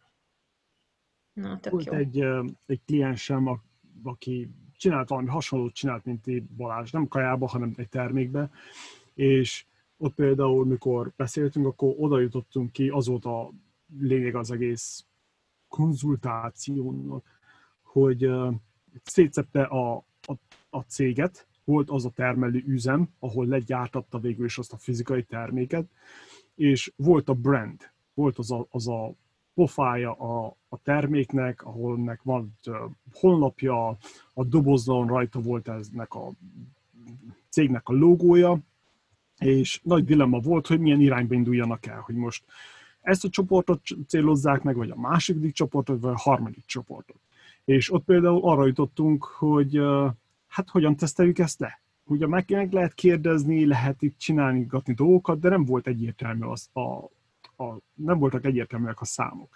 Na, Volt egy, egy kliensem, aki csinált valami hasonlót csinált, mint ti, Balázs, nem kajába, hanem egy termékbe, és ott például, mikor beszéltünk, akkor oda jutottunk ki, az volt a lényeg az egész konzultációnak, hogy uh, szétszette a, a, a céget, volt az a termelő üzem, ahol legyártatta végül is azt a fizikai terméket, és volt a brand, volt az a, az a pofája a, a terméknek, ahol nek van uh, honlapja, a dobozon rajta volt eznek a cégnek a logója, és nagy dilemma volt, hogy milyen irányba induljanak el, hogy most ezt a csoportot célozzák meg, vagy a második csoportot, vagy a harmadik csoportot. És ott például arra jutottunk, hogy uh, hát hogyan teszteljük ezt le. Ugye meg, meg lehet kérdezni, lehet itt csinálni dolgokat, de nem volt egyértelmű az a A, nem voltak egyértelműek a számok.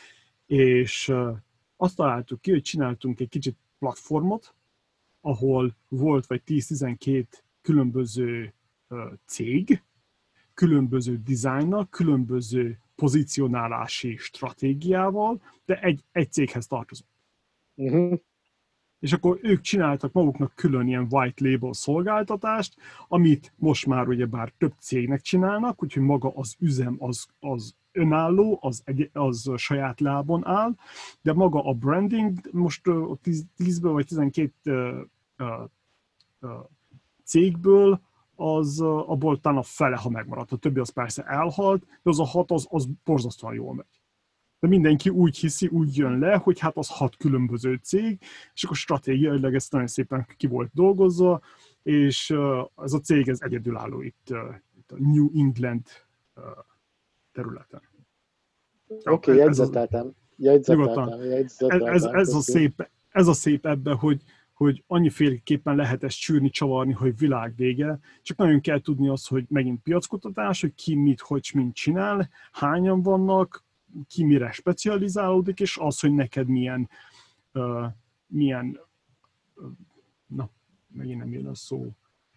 És uh, azt találtuk ki, hogy csináltunk egy kicsit platformot, ahol volt vagy tíz-tizenkét különböző uh, cég, különböző dizájnnal, különböző pozicionálási stratégiával, de egy, egy céghez tartozott. Uh-huh. És akkor ők csináltak maguknak külön ilyen white label szolgáltatást, amit most már ugyebár több cégnek csinálnak, úgyhogy maga az üzem az, az önálló, az, egy, az saját lábon áll, de maga a branding most tízből vagy tizenkét uh, uh, uh, cégből az uh, abból talán a fele, ha megmaradt. A többi az persze elhalt, de az a hat az, az borzasztóan jól megy. De mindenki úgy hiszi, úgy jön le, hogy hát az hat különböző cég, és akkor stratégiailag ez nagyon szépen ki volt dolgozva, és ez a cég ez egyedülálló itt, itt a New England területen. Oké, okay, jegyzeteltem. Jegyzeteltem, jegyzeteltem. Ez, ez, a szép, ez a szép ebben, hogy, hogy annyiféleképpen lehet ezt csűrni, csavarni, hogy világ vége, csak nagyon kell tudni azt, hogy megint piackutatás, hogy ki mit, hogy mint csinál, hányan vannak, ki mire specializálódik, és az, hogy neked milyen, uh, milyen uh, na, megint nem jön a szó.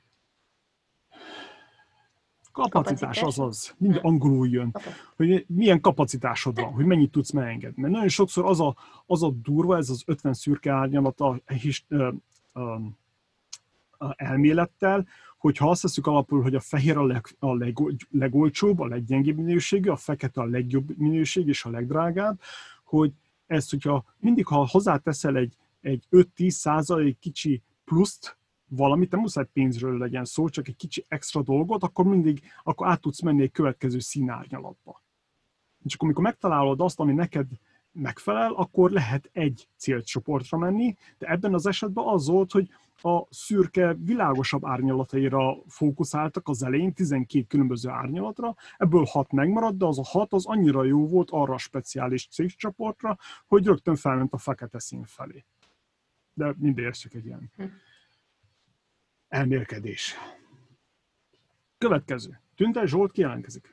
Kapacitás, azaz, mind angolul jön, hogy milyen kapacitásod van, hogy mennyit tudsz megengedni. Mert nagyon sokszor az a, az a durva, ez az ötven szürke árnyalat a, uh, uh, a elmélettel, hogyha azt veszük alapul, hogy a fehér a, leg, a leg, legolcsóbb, a leggyengébb minőségű, a fekete a legjobb minőség és a legdrágább, hogy ezt, hogyha mindig, ha hozzáteszel egy, egy öt-tíz százalék kicsi pluszt, valamit, nem muszáj pénzről legyen szó, csak egy kicsi extra dolgot, akkor mindig akkor át tudsz menni egy következő színárnyalatba. És akkor, amikor megtalálod azt, ami neked megfelel, akkor lehet egy célcsoportra menni, de ebben az esetben az volt, hogy a szürke, világosabb árnyalataira fókuszáltak az elején, tizenkét különböző árnyalatra, ebből hat megmaradt, de az a hat az annyira jó volt arra a speciális cégcsoportra, hogy rögtön felment a fekete szín felé. De mindegyes csak egy ilyen elmélkedés. Következő. Tünde Zsolt kijelentkezik.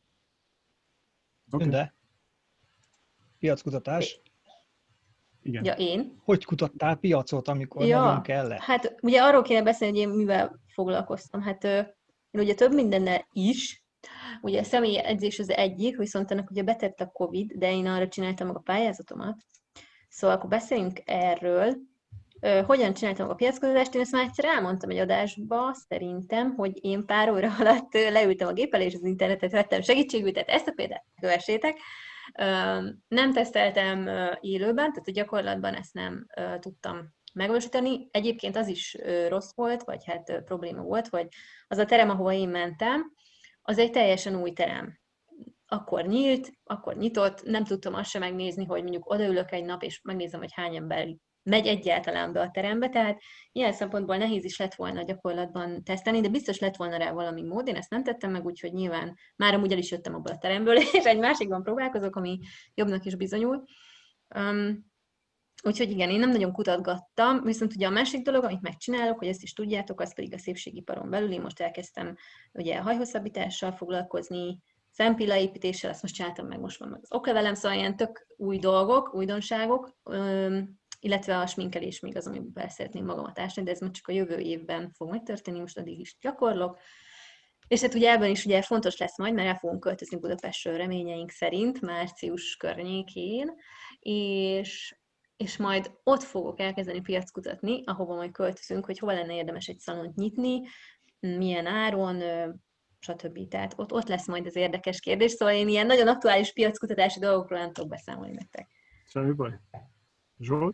Okay. Tünde. Piackutatás. Igen. Ja, én. Hogy kutattál piacot, amikor ja, nagyon kell? Hát ugye arról kéne beszélni, hogy én mivel foglalkoztam. Hát én ugye több mindennel is. Ugye a személyi edzés az egyik, viszont ennek ugye betett a Covid, de én arra csináltam meg a pályázatomat. Szóval akkor beszéljünk erről. Hogyan csináltam a piackutatást? Én ezt már egyszer elmondtam egy adásba, szerintem, hogy én pár óra alatt leültem a gép elé, és az internetet vettem segítségül, tehát ezt a példát kövessétek. Nem teszteltem élőben, tehát a gyakorlatban ezt nem tudtam megvalósítani. Egyébként az is rossz volt, vagy hát probléma volt, hogy az a terem, ahova én mentem, az egy teljesen új terem. akkor nyílt, akkor nyitott, nem tudtam azt sem megnézni, hogy mondjuk odaülök egy nap, és megnézem, hogy hány ember megy egyáltalán be a terembe, tehát ilyen szempontból nehéz is lett volna gyakorlatban tesztelni, de biztos lett volna rá valami mód, én ezt nem tettem meg, úgyhogy nyilván már amúgy el is jöttem abból a teremből, és egy másikban próbálkozok, ami jobbnak is bizonyul. Um, úgyhogy igen, én nem nagyon kutatgattam, viszont ugye a másik dolog, amit megcsinálok, hogy ezt is tudjátok, az pedig a szépségiparon belül, én most elkezdtem ugye hajhosszabbítással foglalkozni, szempillaépítéssel, azt most csináltam meg, most van meg az oklevelem, szóval ilyen tök új dolgok, újdonságok, um, illetve a sminkelés még az, amiben be szeretném magamat ásni, de ez már csak a jövő évben fog megtörténni, most addig is gyakorlok. És hát ugye ebben is ugye fontos lesz majd, mert el fogunk költözni Budapestről reményeink szerint, március környékén, és, és majd ott fogok elkezdeni piackutatni, ahova majd költözünk, hogy hova lenne érdemes egy szalont nyitni, milyen áron, stb. Tehát ott, ott lesz majd az érdekes kérdés, szóval én ilyen nagyon aktuális piackutatási dolgokról nem tudok beszámolni nektek. Semmi baj. Zsolt?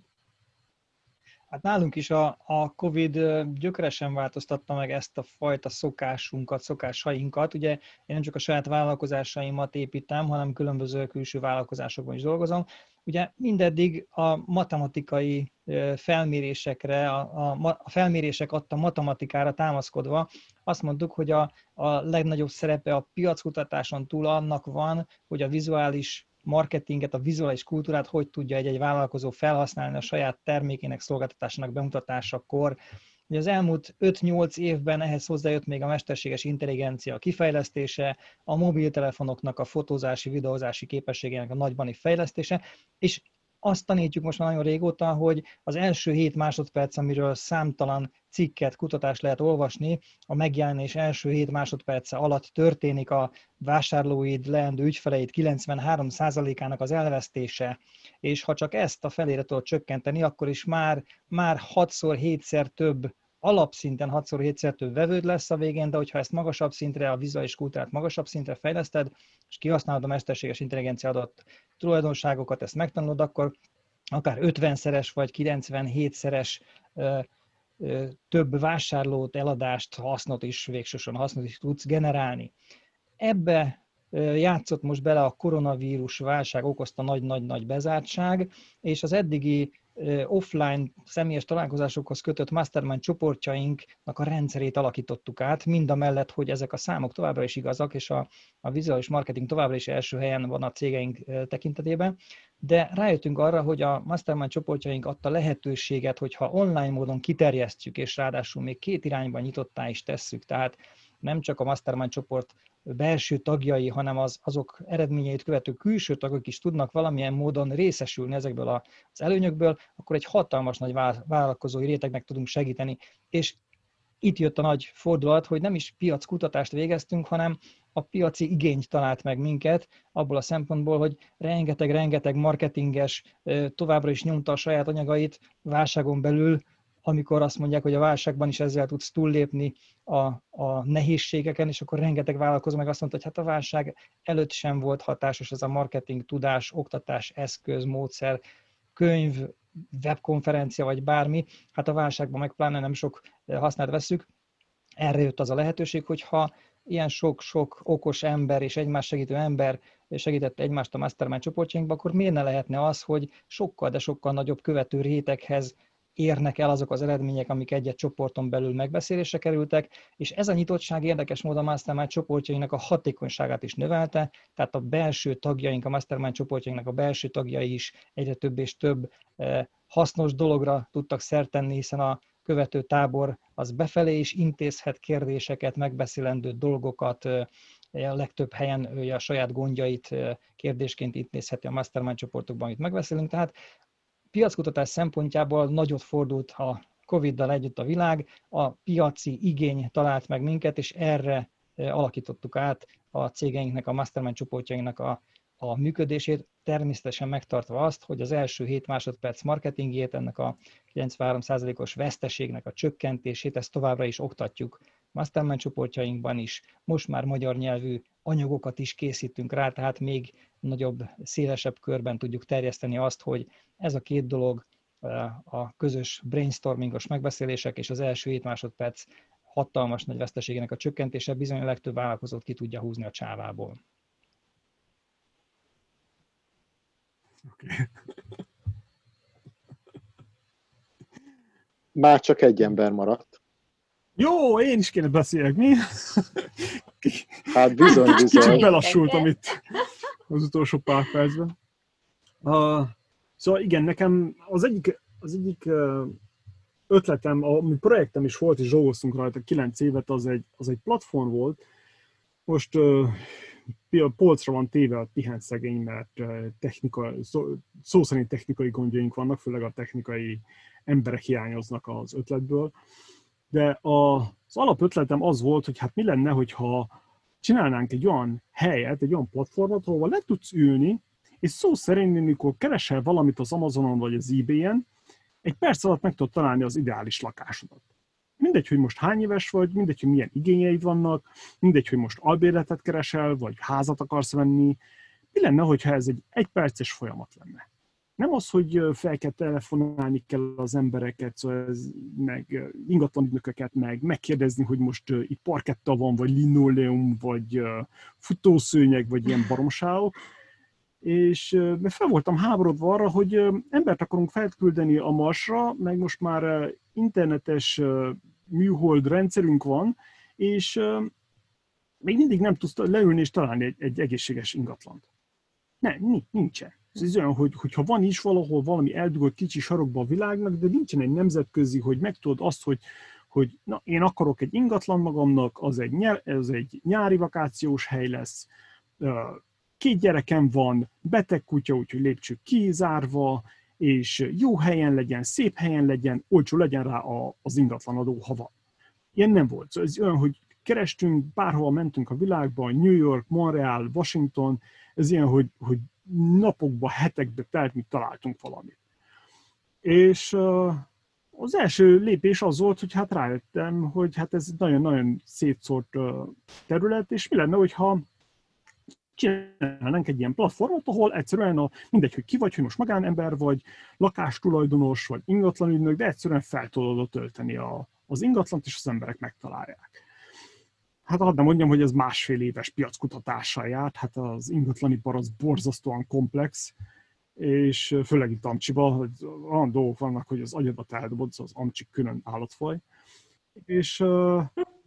Hát nálunk is a, a Covid gyökeresen változtatta meg ezt a fajta szokásunkat, szokásainkat. Ugye én nem csak a saját vállalkozásaimat építem, hanem különböző külső vállalkozásokban is dolgozom. Ugye mindeddig a matematikai felmérésekre, a, a, a felmérések adta matematikára támaszkodva azt mondtuk, hogy a, a legnagyobb szerepe a piackutatáson túl annak van, hogy a vizuális marketinget, a vizuális kultúrát hogy tudja egy-egy vállalkozó felhasználni a saját termékének, szolgáltatásának bemutatásakor. Ugye az elmúlt öt-nyolc évben ehhez hozzájött még a mesterséges intelligencia kifejlesztése, a mobiltelefonoknak a fotózási, videózási képességének a nagybani fejlesztése, és azt tanítjuk most már nagyon régóta, hogy az első hét másodperc, amiről számtalan cikket, kutatást lehet olvasni, a megjelenés első hét másodperce alatt történik a vásárlóid, leendő ügyfeleid kilencvenhárom százalékának az elvesztése, és ha csak ezt a felére tudod csökkenteni, akkor is már, már hatszor, hétszer több, alapszinten hatszor, hétszer több vevőd lesz a végén, de hogyha ezt magasabb szintre, a vizuális kultúrát magasabb szintre fejleszted, és kihasználod a mesterséges intelligencia adott tulajdonságokat, ezt megtanulod, akkor akár ötvenszeres vagy kilencvenhétszeres ö, ö, több vásárlót, eladást, hasznot is, végsősorban hasznot is tudsz generálni. Ebbe ö, játszott most bele a koronavírus válság okozta nagy-nagy-nagy bezártság, és az eddigi ö, offline személyes találkozásokhoz kötött mastermind csoportjainknak a rendszerét alakítottuk át, mindamellett, hogy ezek a számok továbbra is igazak, és a, a vizuális marketing továbbra is első helyen van a cégeink tekintetében, de rájöttünk arra, hogy a mastermind csoportjaink adta lehetőséget, hogyha online módon kiterjesztjük, és ráadásul még két irányban nyitottá is tesszük, tehát nem csak a mastermind csoport belső tagjai, hanem az, azok eredményeit követő külső tagok is tudnak valamilyen módon részesülni ezekből az előnyökből, akkor egy hatalmas nagy vállalkozói rétegnek tudunk segíteni. És itt jött a nagy fordulat, hogy nem is piackutatást végeztünk, hanem a piaci igényt talált meg minket, abból a szempontból, hogy rengeteg-rengeteg marketinges továbbra is nyomta a saját anyagait válságon belül, amikor azt mondják, hogy a válságban is ezzel tudsz túllépni a, a nehézségeken, és akkor rengeteg vállalkozó meg azt mondta, hogy hát a válság előtt sem volt hatásos ez a marketing, tudás, oktatás, eszköz, módszer, könyv, webkonferencia vagy bármi, hát a válságban meg pláne nem sok hasznát vesszük. Erre jött az a lehetőség, hogyha ilyen sok-sok okos ember és egymás segítő ember segítette egymást a mastermind csoportjainkba, akkor miért ne lehetne az, hogy sokkal, de sokkal nagyobb követő réteghez érnek el azok az eredmények, amik egy-egy csoporton belül megbeszélésre kerültek, és ez a nyitottság érdekes módon a mastermind csoportjainknak a hatékonyságát is növelte, tehát a belső tagjaink, a mastermind csoportjainknak a belső tagjai is egyre több és több hasznos dologra tudtak szert tenni, hiszen a követő tábor az befelé is intézhet kérdéseket, megbeszélendő dolgokat, a legtöbb helyen ő a saját gondjait kérdésként intézheti a mastermind csoportokban, amit megbeszélünk, tehát piackutatás szempontjából nagyot fordult a Coviddal együtt a világ, a piaci igény talált meg minket, és erre alakítottuk át a cégeinknek, a mastermind csoportjainknak a, a működését, természetesen megtartva azt, hogy az első hét másodperc marketingjét, ennek a kilencvenhárom százalékos veszteségnek a csökkentését, ezt továbbra is oktatjuk mastermind csoportjainkban is. Most már magyar nyelvű anyagokat is készítünk rá, tehát még nagyobb, szélesebb körben tudjuk terjeszteni azt, hogy ez a két dolog, a közös brainstormingos megbeszélések és az első hét másodperc hatalmas nagy veszteségének a csökkentése bizony a legtöbb vállalkozót ki tudja húzni a csávából. Okay. Már csak egy ember maradt. Jó, én is kéne beszéljek, mi? Hát bizony, Kicsit bizony. belassultam itt az utolsó pár percben. Uh, szóval igen, nekem az egyik, az egyik uh, ötletem, ami projektem is volt, és dolgoztunk rajta kilenc évet, az egy, az egy platform volt. Most uh, polcra van téve a pihen szegény, mert uh, technika, szó, szó szerint technikai gondjaink vannak, főleg a technikai emberek hiányoznak az ötletből. De a, az alapötletem az volt, hogy hát mi lenne, hogyha csinálnánk egy olyan helyet, egy olyan platformot, ahol le tudsz ülni, és szó szerint, amikor keresel valamit az Amazonon vagy az eBay-en, egy perc alatt meg tudod találni az ideális lakásodat. Mindegy, hogy most hány éves vagy, mindegy, hogy milyen igényeid vannak, mindegy, hogy most albérletet keresel, vagy házat akarsz venni. Mi lenne, hogyha ez egy egyperces folyamat lenne? Nem az, hogy fel kell telefonálni kell az embereket, szóval ez, meg ingatlanügynököket, meg megkérdezni, hogy most itt parketta van, vagy linoleum, vagy futószőnyeg, vagy ilyen baromságok. És mert fel voltam háborodva arra, hogy embert akarunk felküldeni a Marsra, meg most már internetes műhold rendszerünk van, és még mindig nem tudsz leülni és találni egy, egy egészséges ingatlant. Nem, nincsen. Ez olyan, hogy, hogyha van is valahol valami eldugott kicsi sarokba a világnak, de nincsen egy nemzetközi, hogy megtudod azt, hogy, hogy na, én akarok egy ingatlan magamnak, az egy, nyár, az egy nyári vakációs hely lesz, két gyerekem van, beteg kutya, úgyhogy lépcsők kizárva, és jó helyen legyen, szép helyen legyen, olcsó legyen rá a, az ingatlanadó, ha van. Ilyen nem volt. Szóval ez olyan, hogy kerestünk, bárhol mentünk a világban, New York, Montreal, Washington, ez ilyen, hogy, hogy napokba, hetekbe telt, míg találtunk valamit. És uh, az első lépés az volt, hogy hát rájöttem, hogy hát ez nagyon-nagyon szétszórt uh, terület, és mi lenne, hogyha csinálnánk egy ilyen platformot, ahol egyszerűen a, mindegy, hogy ki vagy, hogy most magánember vagy, lakástulajdonos vagy ingatlanügynök, de egyszerűen fel tudod tölteni a, az ingatlant, és az emberek megtalálják. Hát hadd nem mondjam, hogy ez másfél éves piackutatással járt, hát az ingatlanipar az borzasztóan komplex, és főleg itt Amcsiban, olyan dolgok vannak, hogy az agyadat eldobod, az Amcsik külön állatfaj. És uh,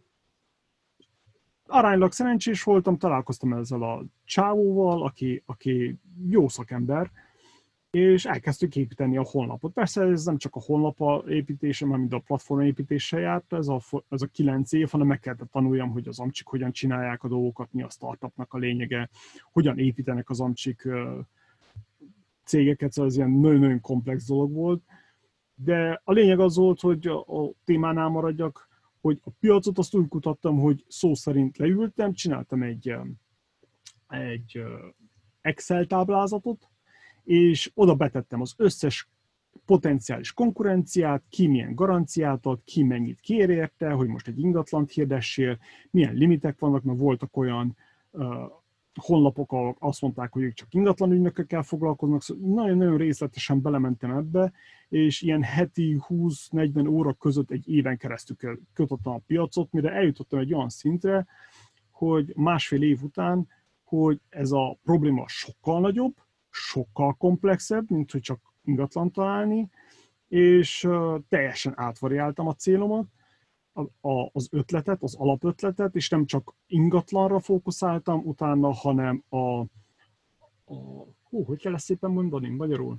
aránylag szerencsés voltam, találkoztam ezzel a csávóval, aki, aki jó szakember, és elkezdtük építeni a honlapot. Persze ez nem csak a honlap építése, hanem mind a platform építése járt, ez a, ez a kilenc év, hanem meg kellett tanuljam, hogy az Amcsik hogyan csinálják a dolgokat, mi a startupnak a lényege, hogyan építenek az Amcsik cégeket, szóval ez ilyen nagyon-nagyon komplex dolog volt. De a lényeg az volt, hogy a, a témánál maradjak, hogy a piacot azt úgy kutattam, hogy szó szerint leültem, csináltam egy, egy Excel táblázatot, és oda betettem az összes potenciális konkurenciát, ki milyen garanciát ad, ki mennyit kér érte, hogy most egy ingatlant hirdessél, milyen limitek vannak, mert voltak olyan uh, honlapok, ahol azt mondták, hogy ők csak ingatlan ügynökökkel foglalkoznak, szóval nagyon-nagyon részletesen belementem ebbe, és ilyen heti húsz-negyven óra között egy éven keresztül kötöttem a piacot, mire eljutottam egy olyan szintre, hogy másfél év után, hogy ez a probléma sokkal nagyobb, sokkal komplexebb, mint hogy csak ingatlan találni, és uh, teljesen átvariáltam a célomat, a, a, az ötletet, az alapötletet, és nem csak ingatlanra fókuszáltam utána, hanem a, a hú, hogy kell ezt szépen mondani magyarul?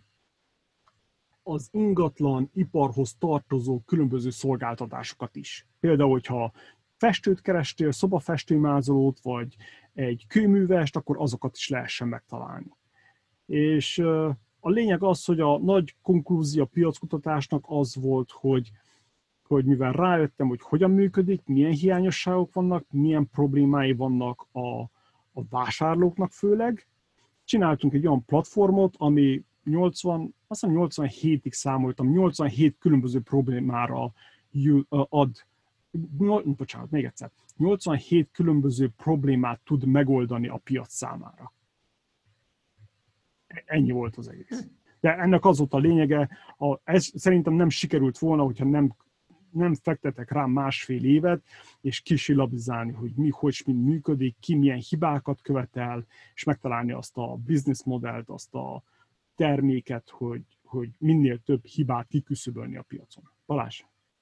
Az ingatlan iparhoz tartozó különböző szolgáltatásokat is. Például, hogyha festőt kerestél, szobafestőmázolót, vagy egy kőművest, akkor azokat is lehessen megtalálni. És a lényeg az, hogy a nagy konklúzió a piackutatásnak az volt, hogy, hogy mivel rájöttem, hogy hogyan működik, milyen hiányosságok vannak, milyen problémái vannak a, a vásárlóknak főleg, csináltunk egy olyan platformot, ami nyolcvan, azt hiszem nyolcvanhétig számoltam, nyolcvanhét különböző problémára ad, bocsánat, még egyszer, nyolcvanhét különböző problémát tud megoldani a piac számára. Ennyi volt az egész. De ennek az volt a lényege, a, ez szerintem nem sikerült volna, hogyha nem, nem fektetek rá másfél évet, és kisilabizálni, hogy mi, hogy mi működik, ki milyen hibákat követel, és megtalálni azt a business modellt, azt a terméket, hogy, hogy minél több hibát kiküszöbölni a piacon. Balázs?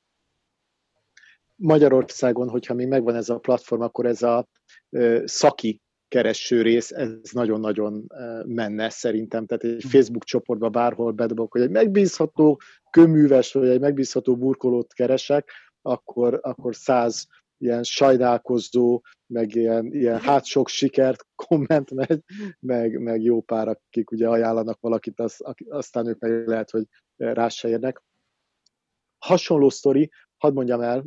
Magyarországon, hogyha még megvan ez a platform, akkor ez a uh, szaki kereső rész, ez nagyon-nagyon uh, menne szerintem. Tehát egy Facebook csoportba bárhol bedobok, hogy egy megbízható kőműves, vagy egy megbízható burkolót keresek, akkor, akkor száz ilyen sajnálkozó, meg ilyen, ilyen hát sok sikert komment megy, meg, meg jó pár, akik ugye ajánlanak valakit, az, aztán ők meg lehet, hogy rá se érnek. Hasonló sztori, hadd mondjam el,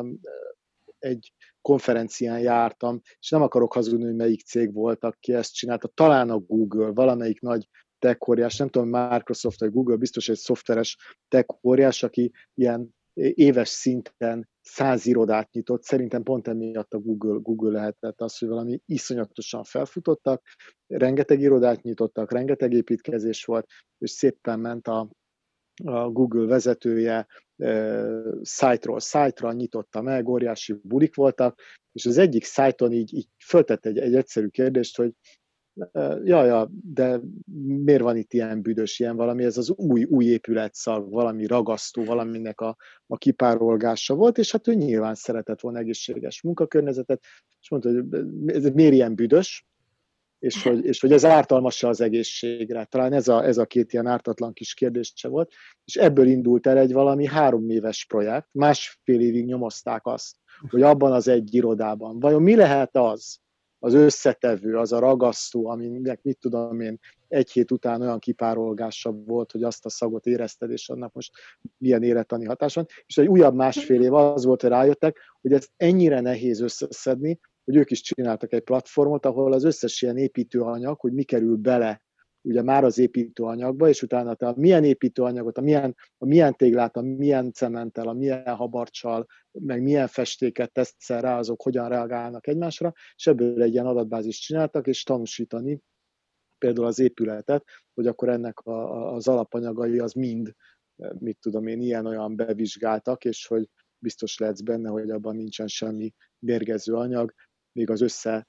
egy konferencián jártam, és nem akarok hazudni, hogy melyik cég volt, aki ezt csinálta, talán a Google, valamelyik nagy tech óriás, nem tudom, Microsoft vagy Google, biztos egy szoftveres tech óriás, aki ilyen éves szinten száz irodát nyitott, szerintem pont emiatt a Google, Google lehetett az, hogy valami iszonyatosan felfutottak, rengeteg irodát nyitottak, rengeteg építkezés volt, és szépen ment a, a Google vezetője, szájtról szájtra nyitotta meg, óriási bulik voltak, és az egyik szájton így, így föltett egy, egy egyszerű kérdést, hogy ja, ja, de miért van itt ilyen büdös, ilyen valami, ez az új, új épületszag, valami ragasztó, valaminek a, a kipárolgása volt, és hát ő nyilván szeretett volna egészséges munkakörnyezetet, és mondta, hogy ez miért ilyen büdös, és hogy, és hogy ez ártalmas-e az egészségre. Talán ez a, ez a két ilyen ártatlan kis kérdés se volt, és ebből indult el egy valami három éves projekt, másfél évig nyomozták azt, hogy abban az egy irodában, vajon mi lehet az, az összetevő, az a ragasztó, aminek mit tudom én, egy hét után olyan kipárolgása volt, hogy azt a szagot érezted, és annak most milyen élettani hatás van. És egy újabb másfél év az volt, hogy rájöttek, hogy ez ennyire nehéz összeszedni, hogy ők is csináltak egy platformot, ahol az összes ilyen építőanyag, hogy mi kerül bele ugye már az építőanyagba, és utána te a milyen építőanyagot, a milyen, a milyen téglát, a milyen cementtel, a milyen habarccsal, meg milyen festéket teszel rá, azok hogyan reagálnak egymásra, és ebből egy ilyen adatbázist csináltak, és tanúsítani például az épületet, hogy akkor ennek a, a, az alapanyagai az mind, mit tudom én, ilyen-olyan bevizsgáltak, és hogy biztos lehetsz benne, hogy abban nincsen semmi mérgező anyag, még az össze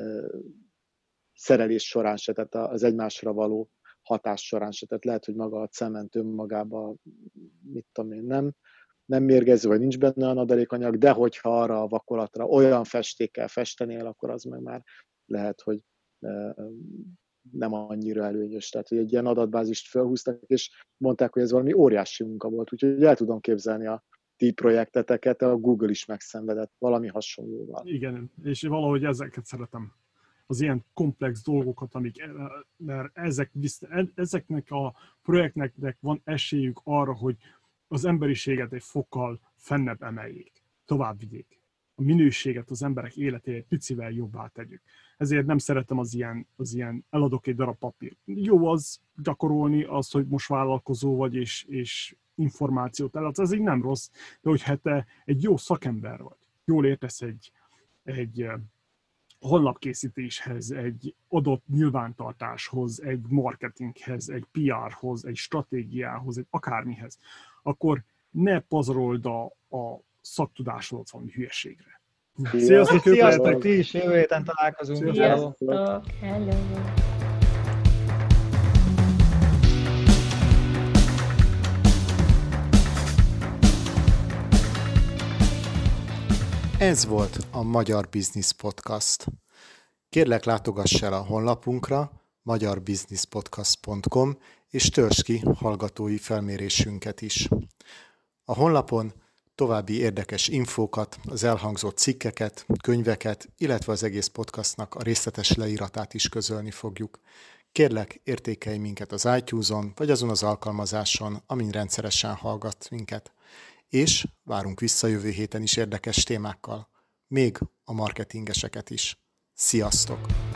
szerelés során se, tehát az egymásra való hatás során se. Tehát lehet, hogy maga a cement önmagában, mit tudom én, nem, nem mérgező, vagy nincs benne a adalékanyag, de hogyha arra a vakolatra olyan festékkel festenél, akkor az meg már lehet, hogy nem annyira előnyös. Tehát, hogy egy ilyen adatbázist felhúztak, és mondták, hogy ez valami óriási munka volt. Úgyhogy el tudom képzelni a ti projekteteket, a Google is megszenvedett valami hasonlóval. Igen, és valahogy ezeket szeretem. Az ilyen komplex dolgokat, amik, mert ezek, ezeknek a projektnek van esélyük arra, hogy az emberiséget egy fokkal fennebb emeljék, tovább vigyék. A minőséget, az emberek életét picivel jobbá tegyük. Ezért nem szeretem az ilyen, az ilyen eladok egy darab papírt. Jó az gyakorolni azt, hogy most vállalkozó vagy, és, és információt eladsz, ez így nem rossz, de hogyha te egy jó szakember vagy, jól értesz egy, egy honlapkészítéshez, egy adott nyilvántartáshoz, egy marketinghez, egy pé erhoz, egy stratégiához, egy akármihez, akkor ne pazarold a, a szaktudásodat valami hülyeségre. Sziasztok, sziasztok, ti is jövő héten találkozunk. Sziasztok, hello. Ez volt a Magyar Business Podcast. Kérlek, látogass el a honlapunkra magyar business podcast pont com és töltsd ki hallgatói felmérésünket is. A honlapon további érdekes infókat, az elhangzott cikkeket, könyveket, illetve az egész podcastnak a részletes leíratát is közölni fogjuk. Kérlek, értékelj minket az iTunes-on, vagy azon az alkalmazáson, amin rendszeresen hallgat minket. És várunk vissza jövő héten is érdekes témákkal, még a marketingeseket is. Sziasztok!